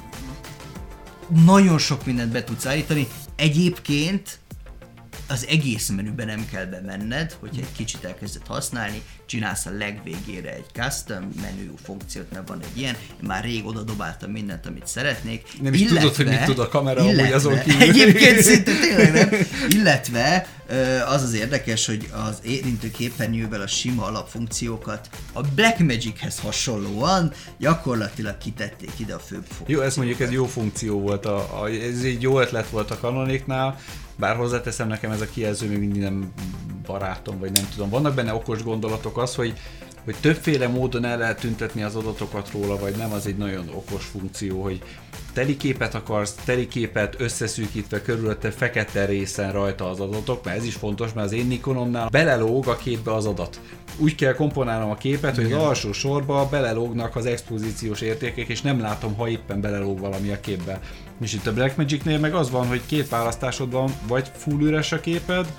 nagyon sok mindent be tudsz állítani. Egyébként az egész menüben nem kell bemenned, hogyha egy kicsit elkezded használni, csinálsz a legvégére egy custom menü funkciót, mert van egy ilyen, én már rég oda dobáltam mindent, amit szeretnék. Nem is tudod, hogy mit tud a kamera amúgy azon kívül. Egyébként szinte tényleg nem. Illetve az az érdekes, hogy az érintő képernyővel a sima alapfunkciókat a Blackmagichez hasonlóan gyakorlatilag kitették ide a főbb funkciót. Jó, ez mondjuk egy jó funkció volt, a, a, ez egy jó ötlet volt a Canonicnál, bár hozzáteszem, nekem ez a kijelző még mindig nem barátom, vagy nem tudom. Vannak benne okos gondolatok, az, hogy, hogy többféle módon el lehet tüntetni az adatokat róla, vagy nem, az egy nagyon okos funkció, hogy teli képet akarsz, teli képet összeszűkítve körülötte fekete részen rajta az adatok, mert ez is fontos, mert az én Nikonomnál belelóg a képbe az adat. Úgy kell komponálnom a képet, hogy az alsó sorba belelógnak az expozíciós értékek, és nem látom, ha éppen belelóg valami a képbe. És itt a Blackmagicnél meg az van, hogy két választásod van, vagy full üres a képed,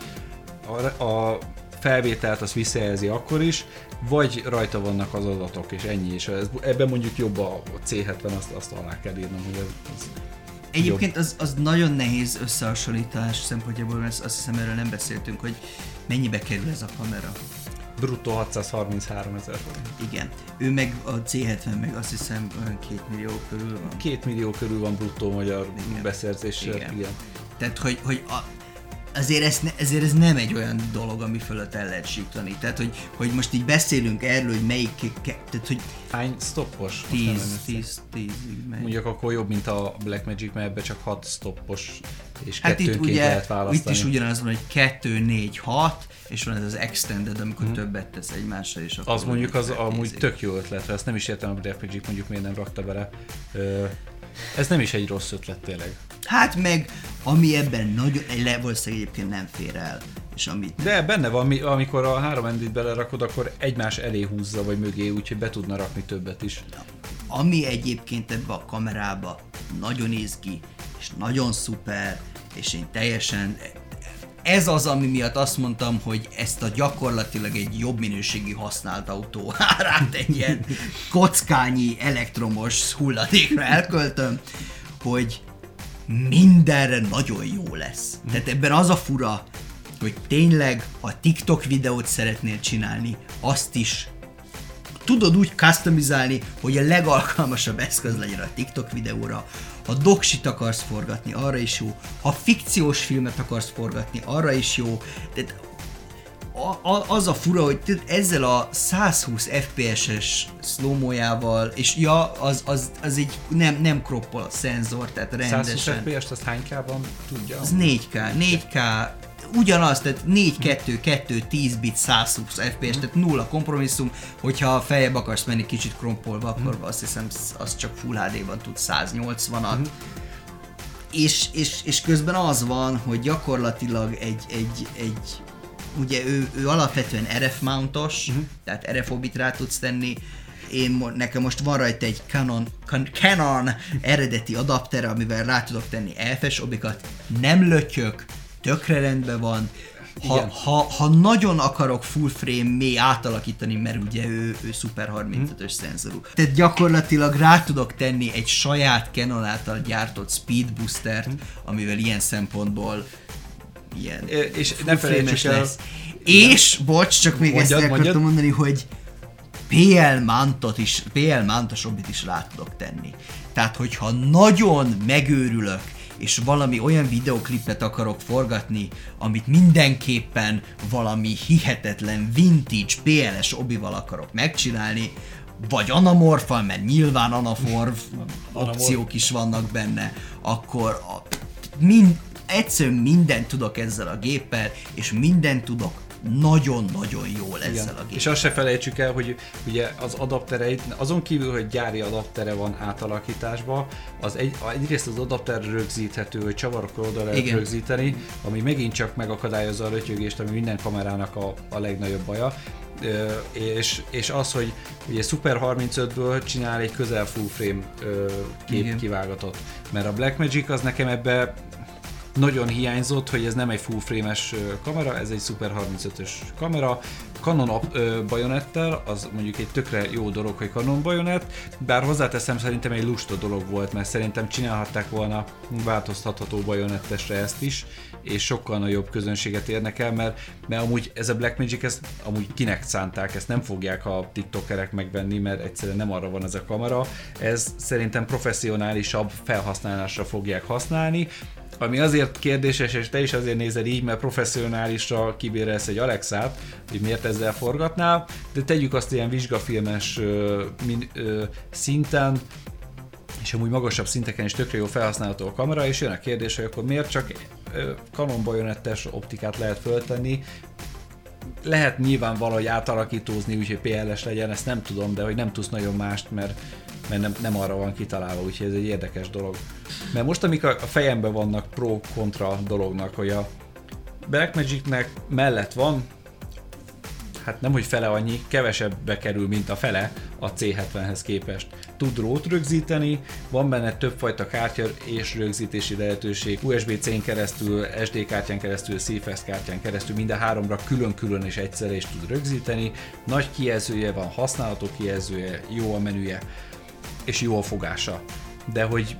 a, a felvételt azt visszajelzi akkor is, vagy rajta vannak az adatok, és ennyi. És ez, ebben mondjuk jobb a cé hetven, azt, azt alá kell írnom, hogy ez, ez Egyébként az, az nagyon nehéz összehasonlítás szempontjából, mert azt hiszem erről nem beszéltünk, hogy mennyibe kerül ez a kamera. bruttó hatszázharminchárom ezer forint. Igen. Ő meg a cé hetven meg azt hiszem olyan két millió körül van. Két millió körül van bruttó magyar Igen. beszerzéssel. Igen. Igen. Tehát, hogy, hogy a, azért, ez ne, ezért ez nem egy olyan dolog, ami fölött el lehet síktani. Tehát, hogy, hogy most így beszélünk erről, hogy melyik, ke, tehát, hogy Hány stoppos? Azt nem tíz, emlékszem. tíz, tízig megy. Mondjuk akkor jobb, mint a Blackmagic, mert ebbe csak hat stoppos, és Hát itt kettőnként ugye, lehet választani. itt is ugyanaz van, hogy kettő, négy, hat, és van ez az extended, amikor hmm. többet tesz egymásra, és akkor... Az mondjuk az amúgy felnézik. tök jó ötlet, ezt nem is értem, a Blackmagic mondjuk miért nem rakta bele. Ö, ez nem is egy rossz ötlet tényleg. Hát meg, ami ebben nagyon, le, valószínűleg egyébként nem fér el, és amit... De benne van, mi- amikor a három endit belerakod, akkor egymás elé húzza, vagy mögé, úgyhogy be tudna rakni többet is. Ami egyébként ebbe a kamerába nagyon izgi, és nagyon szuper, és én teljesen... Ez az, ami miatt azt mondtam, hogy ezt a gyakorlatilag egy jobb minőségi használt autó árát egy ilyen kockányi elektromos hulladékra elköltöm, hogy mindenre nagyon jó lesz. Tehát ebben az a fura, hogy tényleg, ha TikTok videót szeretnél csinálni, azt is tudod úgy customizálni, hogy a legalkalmasabb eszköz legyen a TikTok videóra. Ha doksit akarsz forgatni, arra is jó. Ha fikciós filmet akarsz forgatni, arra is jó. Tehát a, a, az a fura, hogy ezzel a százhúsz ef pé es-es slow-mójával, és ja, az, az, az egy nem, nem croppol a szenzor, tehát rendesen. százhúsz ef pé es-t azt hány K-ban tudja? Az négy ká, négy ká, ugyanaz, tehát négy kettő kettő tíz bit százhúsz ef pé es, tehát nulla kompromisszum, hogyha feljebb akarsz menni kicsit krompolva, akkor azt hiszem az csak Full há dé-ban tud száznyolcvanat. És, és, és közben az van, hogy gyakorlatilag egy, egy, egy ugye ő, ő alapvetően er ef mountos, uh-huh. tehát er ef obit rá tudsz tenni. Én, mo- nekem most van rajta egy Canon, Canon eredeti adapter, amivel rá tudok tenni ef es obikat, nem lötyök, tökre rendben van. Ha, ha, ha nagyon akarok full frame mély átalakítani, mert ugye ő, ő Super harmincötös hmm. szenzorú. Tehát gyakorlatilag rá tudok tenni egy saját Canon által gyártott speed boostert, hmm. amivel ilyen szempontból ilyen é, és nem felejtsük el. lesz. És, bocs, csak még mondjad, ezt el akartam mondani, hogy pé el mountot is, pé el mountos obit is rá tudok tenni. Tehát, hogyha nagyon megőrülök, és valami olyan videoklipet akarok forgatni, amit mindenképpen valami hihetetlen vintage pé el es obival akarok megcsinálni, vagy anamorfal, mert nyilván anaforv opciók is vannak benne, akkor a, mind, egyszerűen mindent tudok ezzel a géppel, és mindent tudok nagyon-nagyon jól ezzel Igen. a géppel. És azt se felejtsük el, hogy ugye az adaptereit, azon kívül, hogy gyári adaptere van átalakításban, az egy, egyrészt az adapter rögzíthető, hogy csavarokkal oda lehet Igen. rögzíteni, ami megint csak megakadályozza a rötyögést, ami minden kamerának a, a legnagyobb baja. Ö, és, és az, hogy ugye Super harmincötből csinál egy közel full frame ö, kép Igen. kivágatot. Mert a Blackmagic az nekem ebbe nagyon hiányzott, hogy ez nem egy full frame-es kamera, ez egy Super harmincötös kamera. Canon ö, bajonettel, az mondjuk egy tökre jó dolog, hogy Canon bajonett, bár hozzáteszem, szerintem egy lusta dolog volt, mert szerintem csinálhatták volna változtatható bajonettesre ezt is, és sokkal nagyobb közönséget érnek el, mert, mert amúgy ez a Blackmagic, ezt amúgy kinek szánták, ezt nem fogják a tiktokerek megvenni, mert egyszerűen nem arra van ez a kamera, ez szerintem professzionálisabb felhasználásra fogják használni, ami azért kérdéses, és te is azért nézed így, mert professzionálisra kibérelsz egy Alexát, hogy miért ezzel forgatnál, de tegyük azt ilyen vizsgafilmes ö, min, ö, szinten, és amúgy magasabb szinteken is tökre jó felhasználható a kamera, és jön a kérdés, hogy akkor miért csak ö, Canon bajonettes optikát lehet föltenni. Lehet nyilván valahogy átalakítózni, úgyhogy pé el es legyen, ezt nem tudom, de hogy nem tudsz nagyon mást, mert mert nem, nem arra van kitalálva, úgyhogy ez egy érdekes dolog. Mert most, amik a, a fejemben vannak pro-kontra dolognak, hogy a Blackmagicnek mellett van, hát nem, hogy fele annyi, kevesebbe kerül, mint a fele a cé hetvenhez képest. Tud rót rögzíteni, van benne többfajta kártya és rögzítési lehetőség, u es bé cén keresztül, es dé kártyán keresztül, Seafast kártyán keresztül, minden háromra külön-külön és egyszerre is tud rögzíteni. Nagy kijelzője van, használható kijelzője, jó a menüje, és jó a fogása. De hogy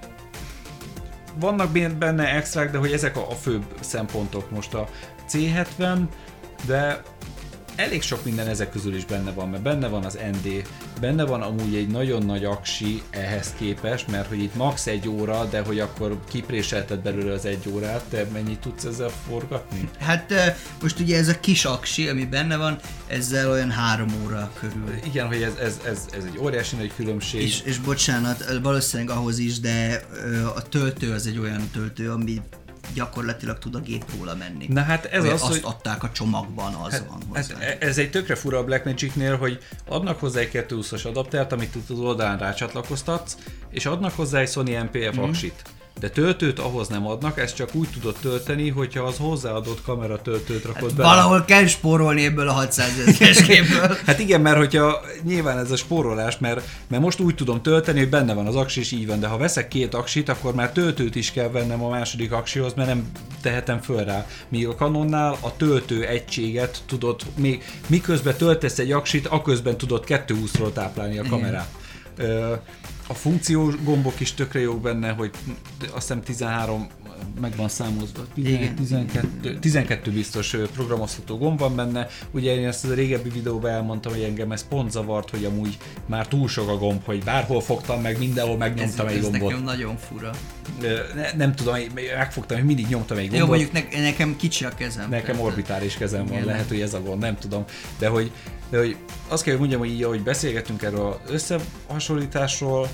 vannak benne extrák, de hogy ezek a, a főbb szempontok most a cé hetven, de elég sok minden ezek közül is benne van, mert benne van az en dé, benne van amúgy egy nagyon nagy aksi ehhez képest, mert hogy itt max egy óra, de hogy akkor kipréselted belőle az egy órát, te mennyit tudsz ezzel forgatni? Hát most ugye ez a kis aksi, ami benne van, ezzel olyan három óra körül. Igen, hogy ez, ez, ez, ez egy óriási nagy különbség. És, és bocsánat, valószínűleg ahhoz is, de a töltő az egy olyan töltő, ami gyakorlatilag tud a gép róla menni. Na hát ez az, azt hogy adták a csomagban, az hát, van hát hozzá. ez egy tökre fura a Blackmagicnél, hogy adnak hozzá egy kétszázhúszas adaptert, amit az oldalán rácsatlakoztatsz, és adnak hozzá egy Sony em pé ef mm. aksit. De töltőt ahhoz nem adnak, ezt csak úgy tudod tölteni, hogyha az hozzáadott kamera töltőt rakod hát bele. Valahol kell spórolni ebből a hatszázötvenes képből. Hát igen, mert hogyha nyilván ez a spórolás, mert, mert most úgy tudom tölteni, hogy benne van az aksi, és így van, de ha veszek két aksit, akkor már töltőt is kell vennem a második aksihoz, mert nem tehetem föl rá. Míg a Canonnál a töltő egységet tudod, még miközben töltesz egy aksit, aközben tudod kétszázhúszról táplálni a kamerát. Igen. A funkciós gombok is tökre jók benne, hogy azt hiszem tizenhárom meg van számozva, tizenegy, tizenkettő, tizenkettő biztos programozható gomb van benne. Ugye én ezt a régebbi videóban elmondtam, hogy engem ez pont zavart, hogy amúgy már túl sok a gomb, hogy bárhol fogtam meg, mindenhol megnyomtam ez, egy ez gombot. Ez nekem nagyon fura. Ne, nem tudom, megfogtam, hogy mindig nyomtam egy gombot. Jó, mondjuk ne, nekem kicsi a kezem. Nekem orbitális kezem van, igen. Lehet, hogy ez a gond, nem tudom. De hogy, de hogy azt kell, hogy mondjam, hogy így, ahogy beszélgetünk erről az összehasonlításról,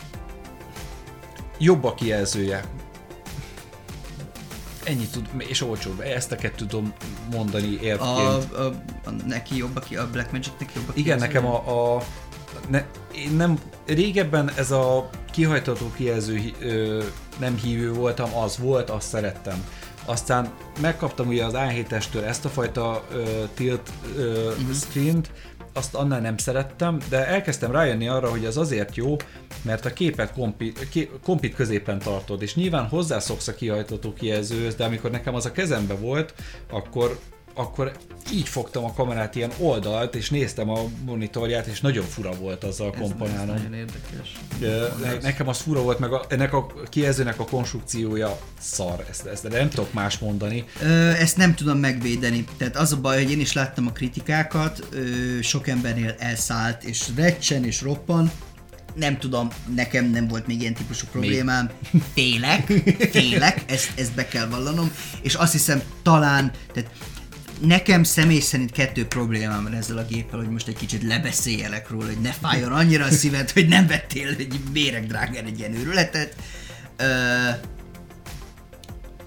jobb a kijelzője. Ennyit tud, és olcsóbb. Ezt a kettőt tudom mondani érvként. A, a, a, neki jobb a, a Blackmagicnek jobb a Igen, nekem a, a ne, én nem, régebben ez a kihajtató kijelző ö, nem hívő voltam, az volt, azt szerettem. Aztán megkaptam ugye az á hétestől ezt a fajta ö, tilt ö, uh-huh. screen-t, azt annál nem szerettem, de elkezdtem rájönni arra, hogy az azért jó, mert a képet kompit, kompit középen tartod, és nyilván hozzászoksz a kihajtató kijelzőhöz, de amikor nekem az a kezembe volt, akkor, akkor így fogtam a kamerát ilyen oldalt, és néztem a monitorját, és nagyon fura volt azzal a komponálnom. Ez nagyon érdekes. Ne, nekem az fura volt, meg a, ennek a kijelzőnek a konstrukciója szar, ezt, ezt nem tudok más mondani. Ö, ezt nem tudom megvédeni, tehát az a baj, hogy én is láttam a kritikákat, ö, sok embernél elszállt, és recsen, és roppan. Nem tudom, nekem nem volt még ilyen típusú problémám. Még. Félek, félek, ezt, ezt be kell vallanom, és azt hiszem talán, tehát nekem személy szerint kettő problémám van ezzel a géppel, hogy most egy kicsit lebeszéljelek róla, hogy ne fájjon annyira a szíved, hogy nem vettél egy méregdrágán egy ilyen őrületet. Ö,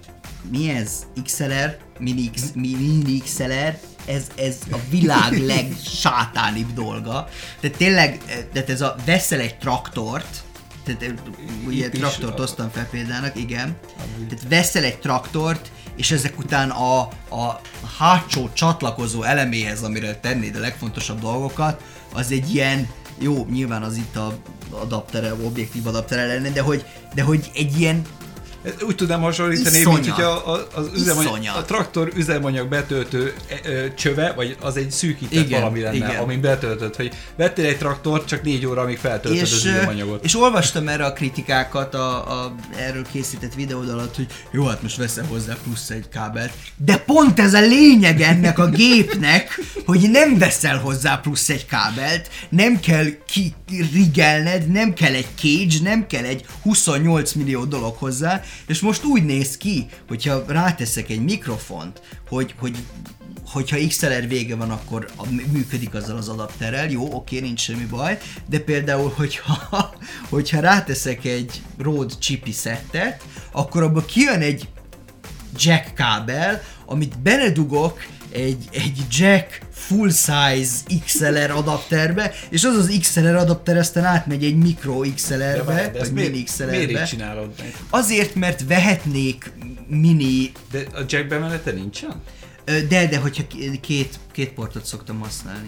mi ez? iksz el er? Mini, X, mini iksz el er? Ez, ez a világ legsátánibb dolga. Tehát tényleg, tehát ez a veszel egy traktort, tehát ugye traktort hoztam fel példának, igen. Tehát veszel egy traktort, és ezek után a, a hátsó csatlakozó eleméhez, amire tennéd a legfontosabb dolgokat, az egy ilyen, jó, nyilván az itt a adaptere, objektív adaptere lenne, de hogy, de hogy egy ilyen úgy tudom hasonlítani, Iszonyat. mint hogyha a, az üzemanyag, Iszonyat. a traktor üzemanyag betöltő ö, csöve, vagy az egy szűkített Igen, valami lenne, igen. amin betöltött, hogy vettél egy traktort, csak négy óra, amíg feltöltöd és, az üzemanyagot. és olvastam erre a kritikákat a, a erről készített videód alatt, hogy jó, hát most veszel hozzá plusz egy kábelt, de pont ez a lényeg ennek a gépnek, hogy nem veszel hozzá plusz egy kábelt, nem kell kirigelned, nem kell egy cage, nem kell egy huszonnyolc millió dolog hozzá, és most úgy néz ki, hogyha ráteszek egy mikrofont, hogy, hogy hogyha iksz el er vége van, akkor a, működik azzal az adapterrel, jó, oké, nincs semmi baj, de például, hogyha, hogyha ráteszek egy Rode chipsettet, akkor abban kijön egy jack kábel, amit beledugok egy, egy jack full size iksz el er adapterbe, és az az iksz el er adapter aztán átmegy egy micro iksz el erbe, de vagy mini iksz el erbe. Miért így csinálod? Azért, mert vehetnék mini... De a jack bemenete nincsen? De, de hogyha két, két portot szoktam használni.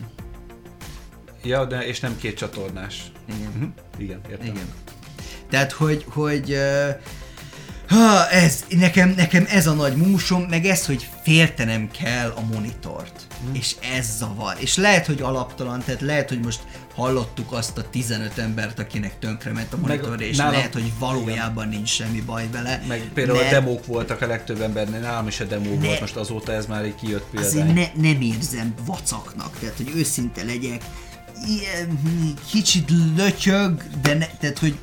Ja, de és nem két csatornás. Igen. Uh-huh. Igen, értem. Igen. Tehát, hogy, hogy uh, ha, ez, nekem, nekem ez a nagy músom, meg ez, hogy féltenem kell a monitort. Hmm. És ez zavar. És lehet, hogy alaptalan, tehát lehet, hogy most hallottuk azt a tizenöt embert, akinek tönkrement a monitor, és nálam, lehet, hogy valójában igen. nincs semmi baj vele. Meg például mert... a demók voltak a legtöbb embernél, nálam is a demó ne... volt, most azóta ez már egy kijött példány. Azért ne, nem érzem vacaknak, tehát, hogy őszinte legyek, ilyen, kicsit lötyög, de ne, tehát, hogy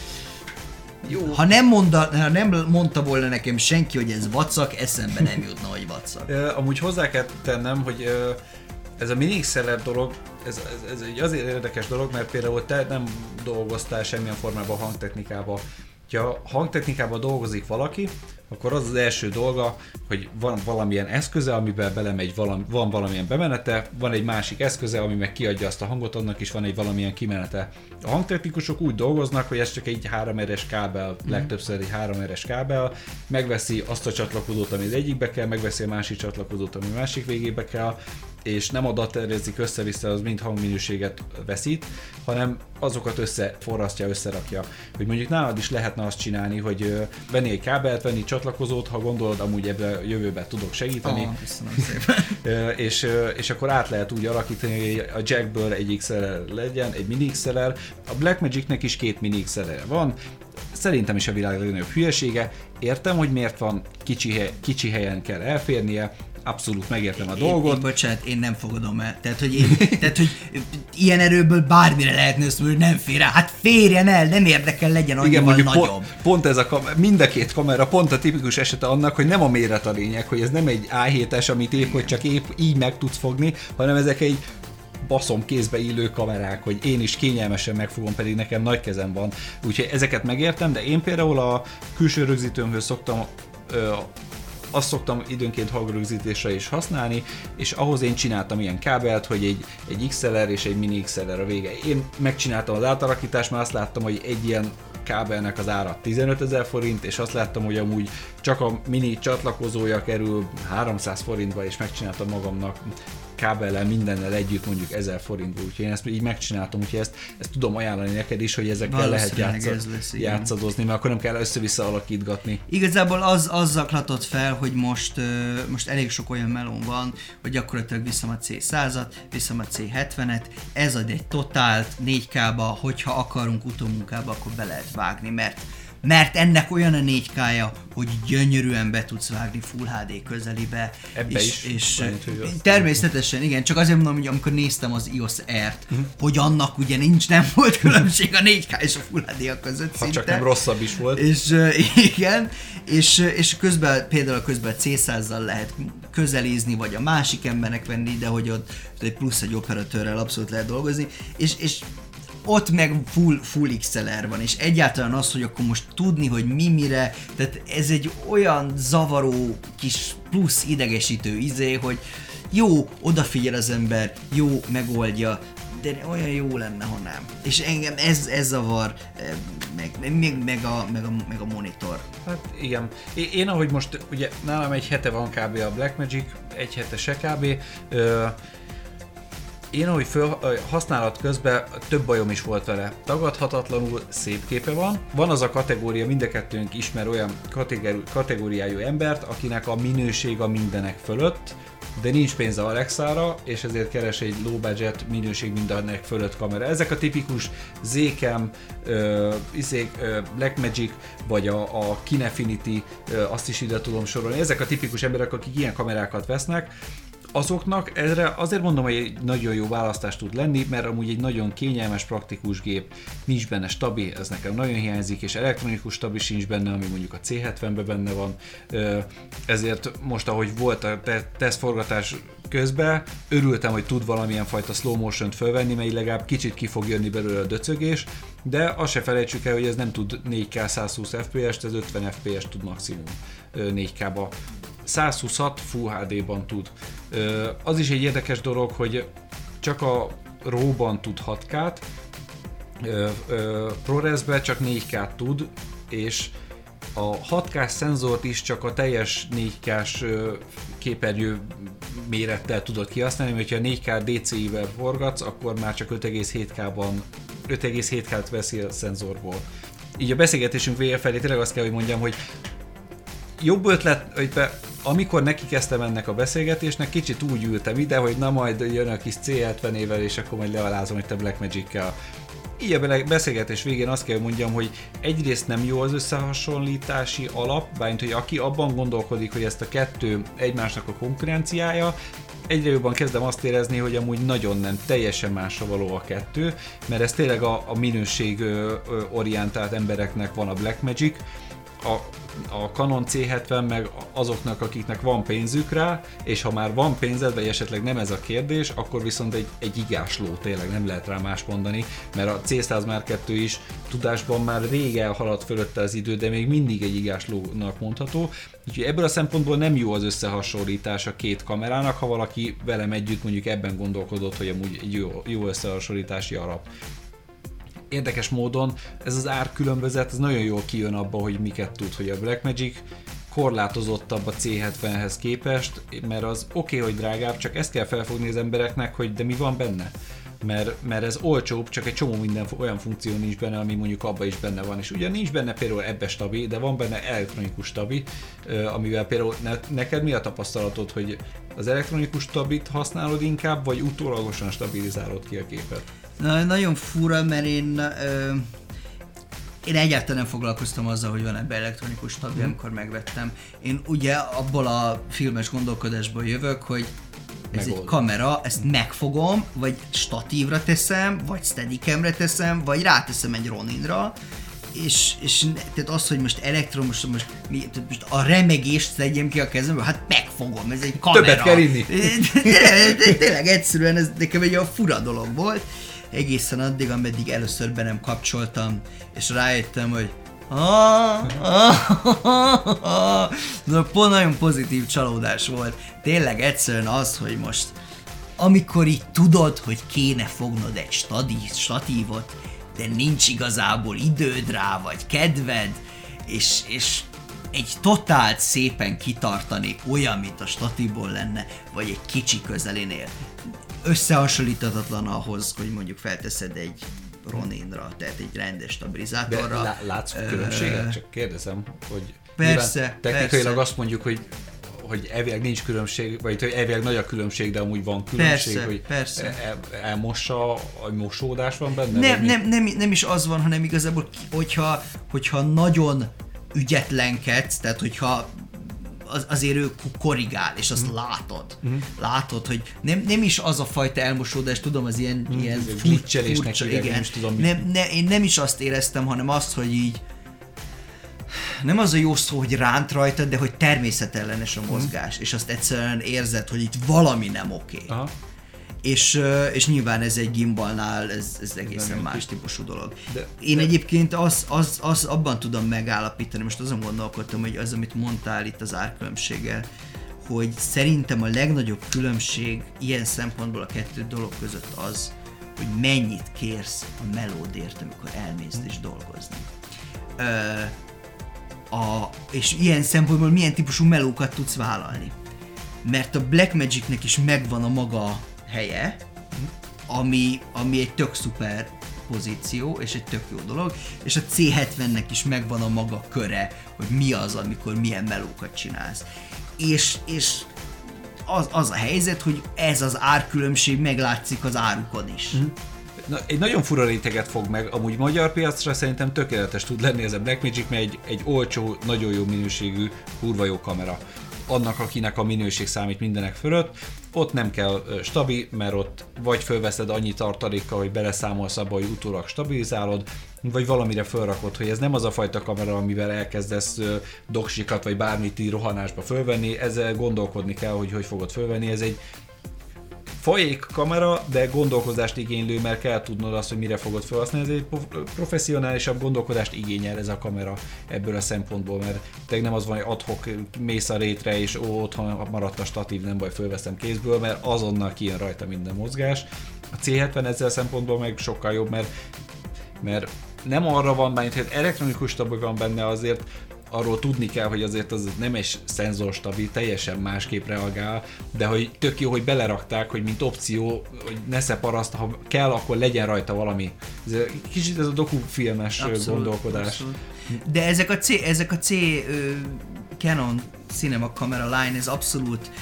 jó. Ha nem, mondta, ha nem mondta volna nekem senki, hogy ez vacak, eszembe nem jutna, hogy vacak. Amúgy hozzá kell tennem, hogy ez a mini iksz el er dolog, ez, ez, ez egy azért érdekes dolog, mert például te nem dolgoztál semmilyen formában hangtechnikában. Ha hangtechnikában dolgozik valaki, akkor az az első dolga, hogy van valamilyen eszköze, amiben belemegy valami, van valamilyen bemenete, van egy másik eszköze, ami meg kiadja azt a hangot, annak is van egy valamilyen kimenete. A hangtechnikusok úgy dolgoznak, hogy ez csak egy három eres kábel, mm. legtöbbször egy három eres kábel, megveszi azt a csatlakozót, ami az egyikbe kell, megveszi a másik csatlakozót, ami a másik végébe kell, és nem adapterezik össze-vissza, az mind hangminőséget veszít, hanem azokat összeforrasztja, összerakja. Hogy mondjuk nálad is lehetne azt csinálni, hogy venni egy kábelt, venni csatlakozót, ha gondolod, amúgy ebben a jövőben tudok segíteni. Oh, köszönöm szépen. és, és akkor át lehet úgy alakítani, hogy a jackből egy iksz el er legyen, egy mini iksz el er. A Blackmagicnek is két mini iksz el er van. Szerintem is a világ legnagyobb hülyesége. Értem, hogy miért van kicsi, hely, kicsi helyen kell elférnie, abszolút megértem a dolgot. Én, bocsánat, én nem fogadom el. Tehát, hogy, én, tehát, hogy ilyen erőből bármire lehetne azt mondani, hogy nem fér el. Hát férjen el, nem érdekel, legyen annyival nagyobb. Pont, pont ez a kamera, mind a két kamera pont a tipikus esete annak, hogy nem a méret a lényeg, hogy ez nem egy á hétes, amit épp, hogy csak épp így meg tudsz fogni, hanem ezek egy baszom kézbe illő kamerák, hogy én is kényelmesen megfogom, pedig nekem nagy kezem van. Úgyhogy ezeket megértem, de én például a külső rögzítőmhöz szoktam ö, azt szoktam időnként hangrögzítésre is használni, és ahhoz én csináltam ilyen kábelt, hogy egy, egy iksz el er és egy mini iksz el er a vége. Én megcsináltam az átalakítást, mert azt láttam, hogy egy ilyen kábelnek az ára tizenötezer forint, és azt láttam, hogy amúgy csak a mini csatlakozója kerül háromszáz forintba, és megcsináltam magamnak kábellel, mindennel együtt mondjuk ezer forintba, úgyhogy én ezt így megcsináltam, úgyhogy ezt, ezt tudom ajánlani neked is, hogy ezekkel lehet játszad, lesz, játszadozni, mert akkor nem kell össze-vissza alakítgatni. Igazából az, az zaklatott fel, hogy most, most elég sok olyan melón van, hogy gyakorlatilag viszem a cé százat, viszem a cé hetvenet, ez ad egy totált négy ká-ba, hogyha akarunk utómunkába, akkor be lehet vágni, mert mert ennek olyan a négy ká-ja, hogy gyönyörűen be tudsz vágni Full há dé közelibe. Ebbe és, is. És Bármint, természetesen, igen, csak azért mondom, hogy amikor néztem az i o es R-t, uh-huh. hogy annak ugye nincs, nem volt különbség a négy ká és a Full há dé között ha szinte. csak nem rosszabb is volt. És igen, és, és közben, például közben cé százzal lehet közelézni, vagy a másik embernek venni ide, hogy ott egy plusz egy operatőrrel abszolút lehet dolgozni, és, és ott meg full, full iksz el er van, és egyáltalán az, hogy akkor most tudni, hogy mi mire, tehát ez egy olyan zavaró kis plusz idegesítő izé, hogy jó, odafigyel az ember, jó, megoldja, de olyan jó lenne, ha nem. És engem ez, ez zavar, meg, meg, meg, a, meg, a, meg a monitor. Hát igen. Én, én ahogy most, ugye nálam egy hete van kb. A Blackmagic, egy hete se kb. Ö, Én ahogy föl, használat közben több bajom is volt vele. Tagadhatatlanul szép képe van. Van az a kategória, mind a kettőnk ismer olyan kategóri, kategóriájú embert, akinek a minőség a mindenek fölött, de nincs pénze Alexára, és ezért keres egy low budget minőség mindenek fölött kamera. Ezek a tipikus Z-Cam, uh, izék, uh, Blackmagic, vagy a, a Kinefinity, uh, azt is ide tudom sorolni. Ezek a tipikus emberek, akik ilyen kamerákat vesznek, azoknak erre azért mondom, hogy egy nagyon jó választás tud lenni, mert amúgy egy nagyon kényelmes, praktikus gép, nincs benne stabi, ez nekem nagyon hiányzik, és elektronikus stabi sincs benne, ami mondjuk a cé hetvenben benne van, ezért most, ahogy volt a tesztforgatás közben, örültem, hogy tud valamilyen fajta slow motion-t fölvenni, mert legalább kicsit ki fog jönni belőle a döcögés, de azt se felejtsük el, hogy ez nem tud négy ká százhúsz ef pé es-t, ez ötven ef pé es tud maximum négy ká-ba. százhúszhat Full há dé-ban tud. Az is egy érdekes dolog, hogy csak a RAW-ban tud hat ká-t, ProRes-ben csak négy ká-t tud, és a hat ká-s szenzort is csak a teljes négy ká-s képernyő mérettel tudod kihasználni, mert ha négy ká dé cé i-vel forgatsz, akkor már csak öt egész hét ká-ban, öt egész hét ká-t veszi a szenzorból. Így a beszélgetésünk vége felé tényleg azt kell, hogy mondjam, hogy jobb ötlet, hogy be, amikor neki kezdtem ennek a beszélgetésnek, kicsit úgy ültem ide, hogy na majd jön a kis cé hetvenével, és akkor majd lealázom itt a Blackmagic-kel. Így a beszélgetés végén azt kell, hogy mondjam, hogy egyrészt nem jó az összehasonlítási alap, bármint, hogy aki abban gondolkodik, hogy ezt a kettő egymásnak a konkurenciája, egyre jobban kezdem azt érezni, hogy amúgy nagyon nem, teljesen másra való a kettő, mert ez tényleg a, a minőség orientált embereknek van a Blackmagic, a, a Canon cé hetven meg azoknak, akiknek van pénzük rá, és ha már van pénzed, vagy esetleg nem ez a kérdés, akkor viszont egy, egy igás ló, tényleg nem lehet rá más mondani, mert a cé száz Mark kettő is tudásban már rég elhaladt fölötte az idő, de még mindig egy igás lónak mondható, úgyhogy ebből a szempontból nem jó az összehasonlítás a két kamerának, ha valaki velem együtt mondjuk ebben gondolkodott, hogy amúgy egy jó, jó összehasonlítási alap. Érdekes módon ez az árkülönbözet, ez nagyon jól kijön abba, hogy miket tud, hogy a Blackmagic korlátozottabb a cé hetvenhez képest, mert az oké, okay, hogy drágább, csak ezt kell felfogni az embereknek, hogy de mi van benne. Mert, mert ez olcsóbb, csak egy csomó minden olyan funkció nincs benne, ami mondjuk abban is benne van. És ugyan nincs benne például ebbe stabi, de van benne elektronikus stabi, amivel például ne, neked mi a tapasztalatod, hogy az elektronikus stabit használod inkább, vagy utólagosan stabilizálod ki a képet? Na, nagyon fura, mert én, ö, én egyáltalán nem foglalkoztam azzal, hogy van ebbe elektronikus stabi, amikor megvettem. Én ugye abból a filmes gondolkodásból jövök, hogy ez Megold. Egy kamera, ezt megfogom, vagy statívra teszem, vagy steadicamre teszem, vagy ráteszem egy Roninra, és, és tehát az, hogy most elektromos, most, most a remegést tegyem ki a kezemből, hát megfogom, ez egy kamera. Többet kell inni. Tényleg egyszerűen ez nekem egy olyan fura dolog volt, egészen addig, ameddig először be nem kapcsoltam, és rájöttem, hogy pont nagyon pozitív csalódás volt. Tényleg egyszerűen az, hogy most amikor így tudod, hogy kéne fognod egy stadi, statívot, de nincs igazából időd rá, vagy kedved, és, és egy totált szépen kitartani olyan, mint a statívból lenne, vagy egy kicsi közelénél, összehasonlíthatatlan ahhoz, hogy mondjuk felteszed egy Roninra, tehát egy rendes stabilizátorra. De látsz különbséget? Csak kérdezem, hogy persze, technikailag persze. Azt mondjuk, hogy hogy elvileg nincs különbség, vagy hogy elvileg nagy a különbség, de amúgy van különbség, persze, hogy persze. El, elmossa, a mosódás van benne? Nem, nem, nem, nem is az van, hanem igazából, hogyha, hogyha nagyon ügyetlenkedsz, tehát hogyha az, azért ő korrigál, és azt mm. látod. Mm. Látod, hogy nem, nem is az a fajta elmosódás, tudom, az ilyen, mm. ilyen glitchelésnek hívják, nem is tudom. Nem, ne, én nem is azt éreztem, hanem azt, hogy így nem az a jó szó, hogy ránt rajtad, de hogy természetellenes a mozgás, mm. és azt egyszerűen érzed, hogy itt valami nem oké. Okay. És, és nyilván ez egy gimbalnál, ez, ez egészen Nem más típusú dolog. De, Én de... egyébként az, az, az abban tudom megállapítani, most azon gondolkodtam, hogy az, amit mondtál itt az árkülönbséggel, hogy szerintem a legnagyobb különbség ilyen szempontból a kettő dolog között az, hogy mennyit kérsz a melódért, amikor elmész és dolgozni. Ö, a, és ilyen szempontból milyen típusú melókat tudsz vállalni. Mert a Blackmagicnek is megvan a maga helye, ami, ami egy tök szuper pozíció, és egy tök jó dolog, és a cé hetvennek is megvan a maga köre, hogy mi az, amikor milyen melókat csinálsz. És, és az, az a helyzet, hogy ez az árkülönbség meglátszik az árukon is. Mm. Na, egy nagyon fura réteget fog meg, amúgy magyar piacra szerintem tökéletes tud lenni ez a Blackmagic, mert egy, egy olcsó, nagyon jó minőségű, kurva jó kamera. Annak, akinek a minőség számít mindenek fölött, ott nem kell stabil, mert ott vagy fölveszed annyi tartalékkal, hogy beleszámolsz abba, hogy utólag stabilizálod, vagy valamire fölrakod, hogy ez nem az a fajta kamera, amivel elkezdesz doksikat, vagy bármit így rohanásba fölvenni, ezzel gondolkodni kell, hogy hogy fogod fölvenni, ez egy folyék kamera, de gondolkodást igénylő, mert kell tudnod azt, hogy mire fogod felhasználni. Ez egy professzionálisabb gondolkodást igényel ez a kamera ebből a szempontból, mert tényleg nem az van, hogy ad-hoc mész a rétre, és ó, otthon maradt a statív, nem baj, fölveszem kézből, mert azonnal kijön rajta minden mozgás. A cé hetven ezzel a szempontból meg sokkal jobb, mert, mert nem arra van benne, hogy elektronikus stabil van benne, azért arról tudni kell, hogy azért az nem egy szenzorstabil, teljesen másképp reagál, de hogy tök jó, hogy belerakták, hogy mint opció, hogy ne szeparaszt, ha kell, akkor legyen rajta valami. Ez kicsit ez a dokufilmes abszolút, gondolkodás. Abszolút. De ezek a C, ezek a C uh, Canon Cinema Camera Line, ez abszolút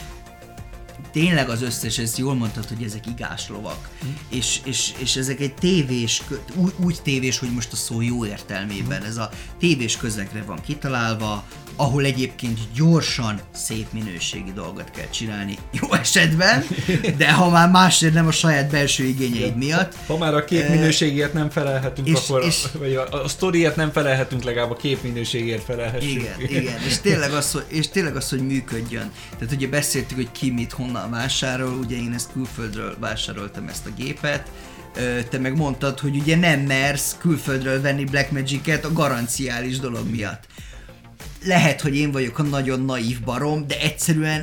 tényleg az összes, ezt jól mondtad, hogy ezek igáslovak, mm. és, és, és ezek egy tévés, úgy, úgy tévés, hogy most a szó jó értelmében, mm. ez a tévés közegre van kitalálva, ahol egyébként gyorsan, szép minőségi dolgot kell csinálni, jó esetben, de ha már másért nem a saját belső igényeid miatt. Ha már a kép minőségért nem felelhetünk, és, akkor és, vagy a, a sztoriért nem felelhetünk, legalább a kép minőségért felelhessünk. Igen, igen, és tényleg, az, hogy, és tényleg az, hogy működjön. Tehát ugye beszéltük, hogy ki mit honnan vásárol, ugye én ezt külföldről vásároltam ezt a gépet, te meg mondtad, hogy ugye nem mersz külföldről venni Blackmagic-et a garanciális dolog miatt. Lehet, hogy én vagyok a nagyon naív barom, de egyszerűen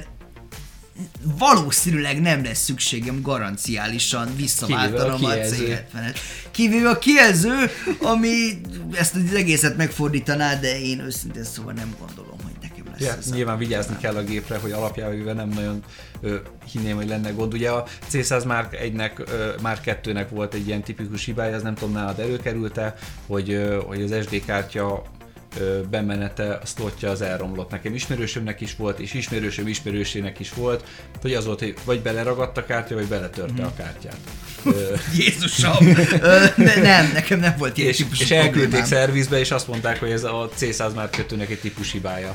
valószínűleg nem lesz szükségem garanciálisan visszaváltanom a cé hetvenet. Kivéve a kijelző, ami ezt az egészet megfordítaná, de én őszintén szóval nem gondolom, hogy nekem lesz ja, ez. Nyilván vigyázni kell a gépre, hogy alapjában nem nagyon ö, hinném, hogy lenne gond. Ugye a cé száz Mark egynek, ö, Mark kettőnek volt egy ilyen tipikus hibája, az nem tudom nálad előkerült-e, hogy, ö, hogy az es dé kártya bemenete, a slotja az elromlott. Nekem ismerősömnek is volt, és ismerősöm ismerősének is volt, hogy az volt, hogy vagy beleragadt a kártya, vagy beletörte mm. a kártyát. Jézusom! ne, nem, nekem nem volt ilyen és, típusú és elküldték szervizbe, és azt mondták, hogy ez a cé száz Mark kettőnek egy típus hibája.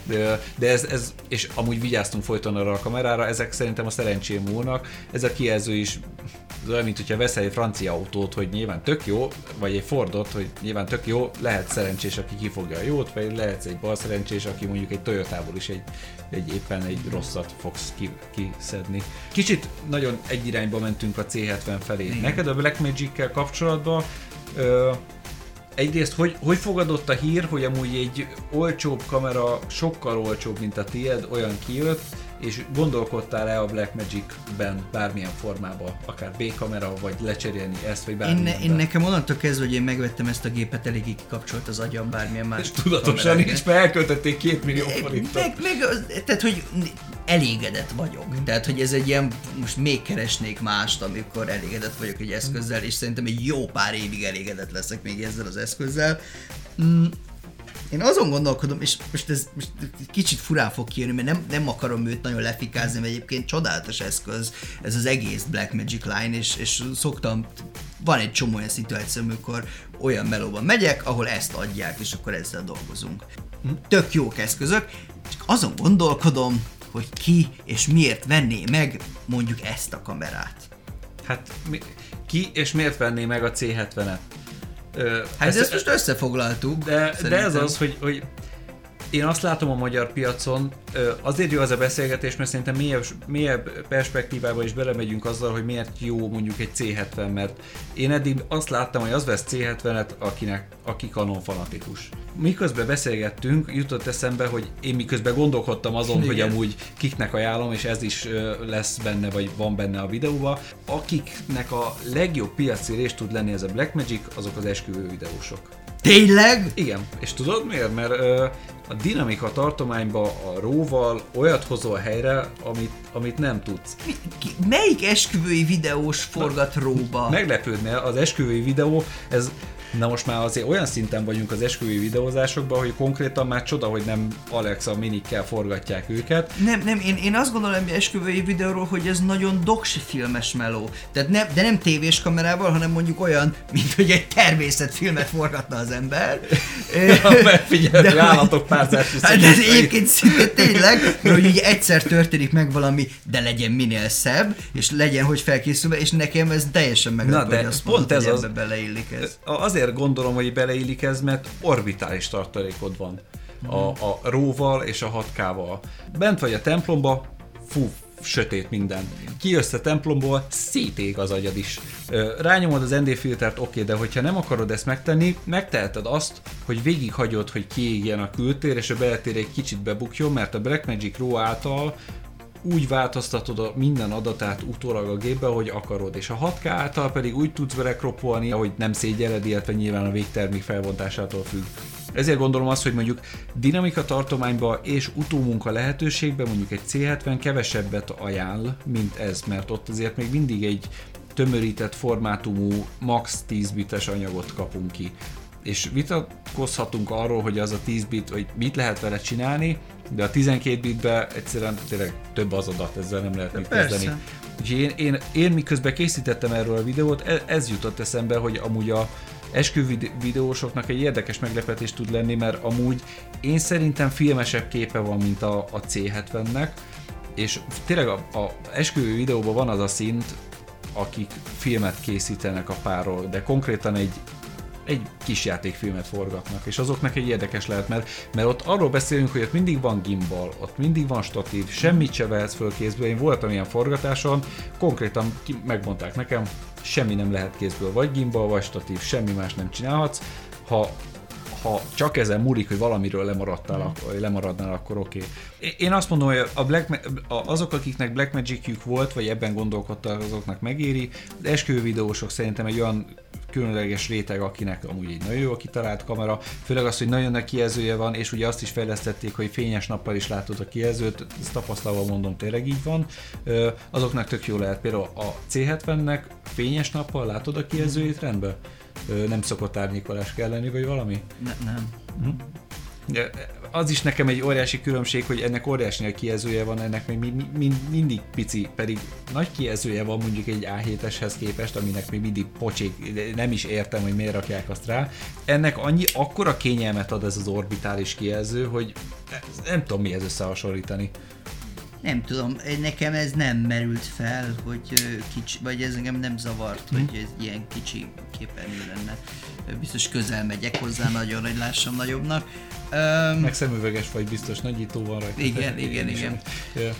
De ez, ez, és amúgy vigyáztunk folyton arra a kamerára, ezek szerintem a szerencsém múlnak. Ez a kijelző is olyan, mint hogyha veszel egy francia autót, hogy nyilván tök jó, vagy egy Fordot, hogy nyilván tök jó, lehet szerencsés, aki kifogja a jót, vagy lehetsz egy bal szerencsés, aki mondjuk egy Toyotából is egy, egy éppen egy rosszat fogsz kiszedni. Kicsit nagyon egy irányba mentünk a cé hetven felé. Igen. Neked a Blackmagic-kel kapcsolatban ö, egyrészt, hogy, hogy fogadott a hír, hogy amúgy egy olcsóbb kamera, sokkal olcsóbb, mint a tiéd, olyan kijött, és gondolkodtál-e a Blackmagic-ben bármilyen formában, akár B-kamera, vagy lecserélni ezt, vagy bármilyen? Én, én nekem onnantól kezdve, hogy én megvettem ezt a gépet, eléggé kikapcsolt az agyam bármilyen más. És tudatosan is, mert elköltötték két millió forintot. Meg, meg az, tehát, hogy elégedett vagyok. Mm. Tehát, hogy ez egy ilyen, most még keresnék mást, amikor elégedett vagyok egy eszközzel, és szerintem egy jó pár évig elégedett leszek még ezzel az eszközzel. Mm. Én azon gondolkodom, és most ez most kicsit furán fog kijönni, mert nem, nem akarom őt nagyon lefikázni, mert egyébként csodálatos eszköz ez az egész Blackmagic line, és, és szoktam, van egy csomó olyan szituáció, amikor olyan melóban megyek, ahol ezt adják, és akkor ezzel dolgozunk. Tök jók eszközök, csak azon gondolkodom, hogy ki és miért venné meg mondjuk ezt a kamerát. Hát mi, ki és miért venné meg a cé hetvenet? Hát ezt, ezt most összefoglaltuk. De, de ez az, hogy, hogy Én azt látom a magyar piacon, azért jó az a beszélgetés, mert szerintem mélyebb, mélyebb perspektívába is belemegyünk azzal, hogy miért jó mondjuk egy cé hetven, mert én eddig azt láttam, hogy az vesz cé hetvenet, akinek, aki Canon fanatikus. Miközben beszélgettünk, jutott eszembe, hogy én miközben gondolkodtam azon, igen, hogy amúgy kiknek ajánlom, és ez is lesz benne, vagy van benne a videóban, akiknek a legjobb piaci részt tud lenni ez a Blackmagic, azok az esküvő videósok. Tényleg? Igen, és tudod miért? Mert ö, a dinamika tartományba a róval olyat hozol a helyre, amit, amit nem tudsz. Mi, ki, melyik esküvői videós forgat róba? Meglepődne, az esküvői videó, ez na most már azért olyan szinten vagyunk az esküvői videózásokban, hogy konkrétan már csoda, hogy nem Alexa minikkel forgatják őket. Nem, nem, én, én azt gondolom hogy esküvői videóról, hogy ez nagyon doksi filmes meló. Tehát nem, de nem tévés kamerával, hanem mondjuk olyan, mint hogy egy természetfilmet forgatna az ember. Ja, mert figyelj, állatok párzás is. Hát ez egyébként szinte tényleg, mert hogy ugye egyszer történik meg valami, de legyen minél szebb, és legyen, hogy felkészülve, és nekem ez teljesen meglepő, hogy azt mondod, hogy ebbe beleillik ez. Azért gondolom, hogy beleillik ez, mert orbitális tartalékod van a, a róval és a hat ká-val. Bent vagy a templomba, fú, sötét minden. Kijössz a templomból, szétég az agyad is. Rányomod az en dé filtert, oké, de hogyha nem akarod ezt megtenni, megteheted azt, hogy végighagyod, hogy kiégjen a kültér, és a beltér egy kicsit bebukjon, mert a Blackmagic RAW által úgy változtatod a minden adatát utólag a gépbe, hogy akarod, és a hat ká által pedig úgy tudsz vele kroppolni, ahogy nem szégyeled, illetve nyilván a végtermék felbontásától függ. Ezért gondolom azt, hogy mondjuk dinamika tartományba és utómunka lehetőségben mondjuk egy cé hetven kevesebbet ajánl, mint ez, mert ott azért még mindig egy tömörített formátumú max tíz bites anyagot kapunk ki. És vitatkozhatunk arról, hogy az a tíz bit, hogy mit lehet vele csinálni, de a tizenkét bitben egyszerűen tényleg több az adat, ezzel nem lehet mit kezdeni. Úgyhogy én, én, én miközben készítettem erről a videót, ez, ez jutott eszembe, hogy amúgy a esküvő videósoknak egy érdekes meglepetés tud lenni, mert amúgy én szerintem filmesebb képe van, mint a, a cé hetvennek, és tényleg a, a esküvő videóban van az a szint, akik filmet készítenek a párról, de konkrétan egy egy kis játékfilmet forgatnak, és azoknak egy érdekes lehet, mert, mert ott arról beszélünk, hogy ott mindig van gimbal, ott mindig van statív, semmit se vehetsz föl kézből. Én voltam ilyen forgatáson, konkrétan megmondták nekem, semmi nem lehet kézből, vagy gimbal, vagy statív, semmi más nem csinálhatsz. Ha, ha csak ezen múlik, hogy valamiről lemaradtál, mm. lemaradnál, akkor oké. Okay. Én azt mondom, hogy a Black, azok, akiknek Blackmagic-jük volt, vagy ebben gondolkodtak, azoknak megéri. De esküvő videósok szerintem egy olyan különleges réteg, akinek amúgy egy nagyon jó kitalált kamera, főleg az, hogy nagyon nagy kijelzője van, és ugye azt is fejlesztették, hogy fényes nappal is látod a kijelzőt, ezt tapasztalva mondom, tényleg így van. Azoknak tök jó lehet, például a cé hetvennek fényes nappal látod a kijelzőjét rendben? Nem szokott árnyékolás kell lenni, vagy valami? Ne, nem. Hm? Az is nekem egy óriási különbség, hogy ennek óriási nagy kijelzője van, ennek még mi, mi, mindig pici, pedig nagy kijelzője van mondjuk egy á héteshez képest, aminek még mindig pocsék, nem is értem, hogy miért rakják azt rá. Ennek annyi, akkora kényelmet ad ez az orbitális kijelző, hogy nem tudom mihez összehasonlítani. Nem tudom, nekem ez nem merült fel, hogy kicsi, vagy ez engem nem zavart, hmm. hogy ez ilyen kicsi képernyő lenne. Biztos közel megyek hozzá nagyon, hogy lássam nagyobbnak. Um, Meg szemüveges vagy, biztos nagyító van rajta. Igen, igen, igen. igen.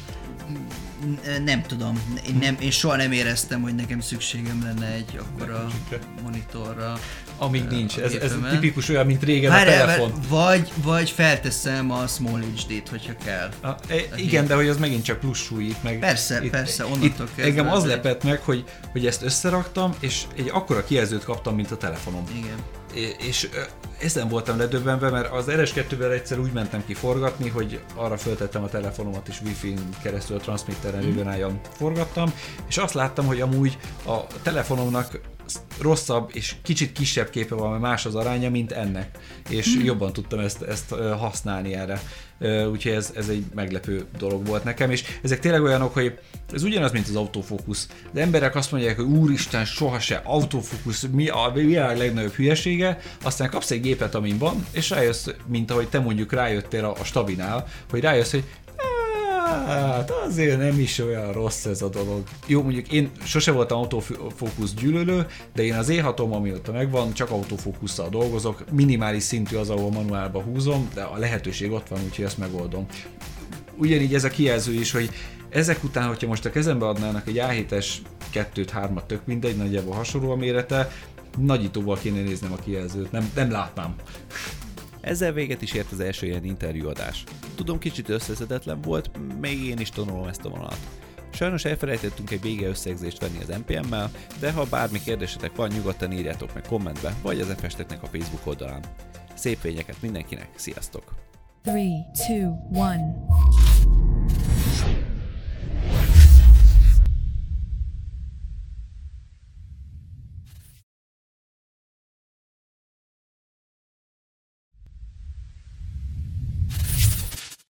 Nem tudom, én, nem, én soha nem éreztem, hogy nekem szükségem lenne egy akkora monitorra. Amíg nincs, ez, ez tipikus olyan, mint régen Várj, a telefon. Vagy, vagy felteszem a Small há dé-t, hogyha kell. A, e, igen, de hogy az megint csak plusz súlyít meg. Persze, itt, persze, itt, onnantól kezdve. Engem az egy... lepett meg, hogy, hogy ezt összeraktam, és egy akkora kijelzőt kaptam, mint a telefonom. Igen. És ezen voltam ledöbbenve, mert az er es kettővel egyszer úgy mentem ki forgatni, hogy arra föltettem a telefonomat, és wifi-n keresztül a transmitteren Rivenájon forgattam, és azt láttam, hogy amúgy a telefonomnak rosszabb és kicsit kisebb képe van, mert más az aránya, mint ennek. És hmm. jobban tudtam ezt, ezt használni erre. Úgyhogy ez, ez egy meglepő dolog volt nekem, és ezek tényleg olyanok, hogy ez ugyanaz, mint az autofókusz. De emberek azt mondják, hogy úristen, sohasem autofókusz, mi a világ legnagyobb hülyesége, aztán kapsz egy gépet, amin van, és rájössz, mint ahogy te mondjuk rájöttél a, a Stabinál, hogy rájössz, hogy Hát azért nem is olyan rossz ez a dolog. Jó, mondjuk én sose voltam autofókusz gyűlölő, de én az é hatom, amióta megvan, csak autofókusszal dolgozok, minimális szintű az, ahol manuálba húzom, de a lehetőség ott van, úgyhogy ezt megoldom. Ugyanígy ez a kijelző is, hogy ezek után, hogyha most a kezembe adnának egy á hétes kettőt, hármat, tök mindegy, nagyjából hasonló a mérete, nagyítóval kéne néznem a kijelzőt, nem, nem látnám. Ezzel véget is ért az első ilyen interjúadás. Tudom, kicsit összeszedetlen volt, még én is tanulom ezt a vonalat. Sajnos elfelejtettünk egy vége összegzést venni az em pé emmel, de ha bármi kérdésetek van, nyugodtan írjátok meg kommentbe, vagy az ef es technek a Facebook oldalán. Szép fényeket mindenkinek, sziasztok! Three, two, one.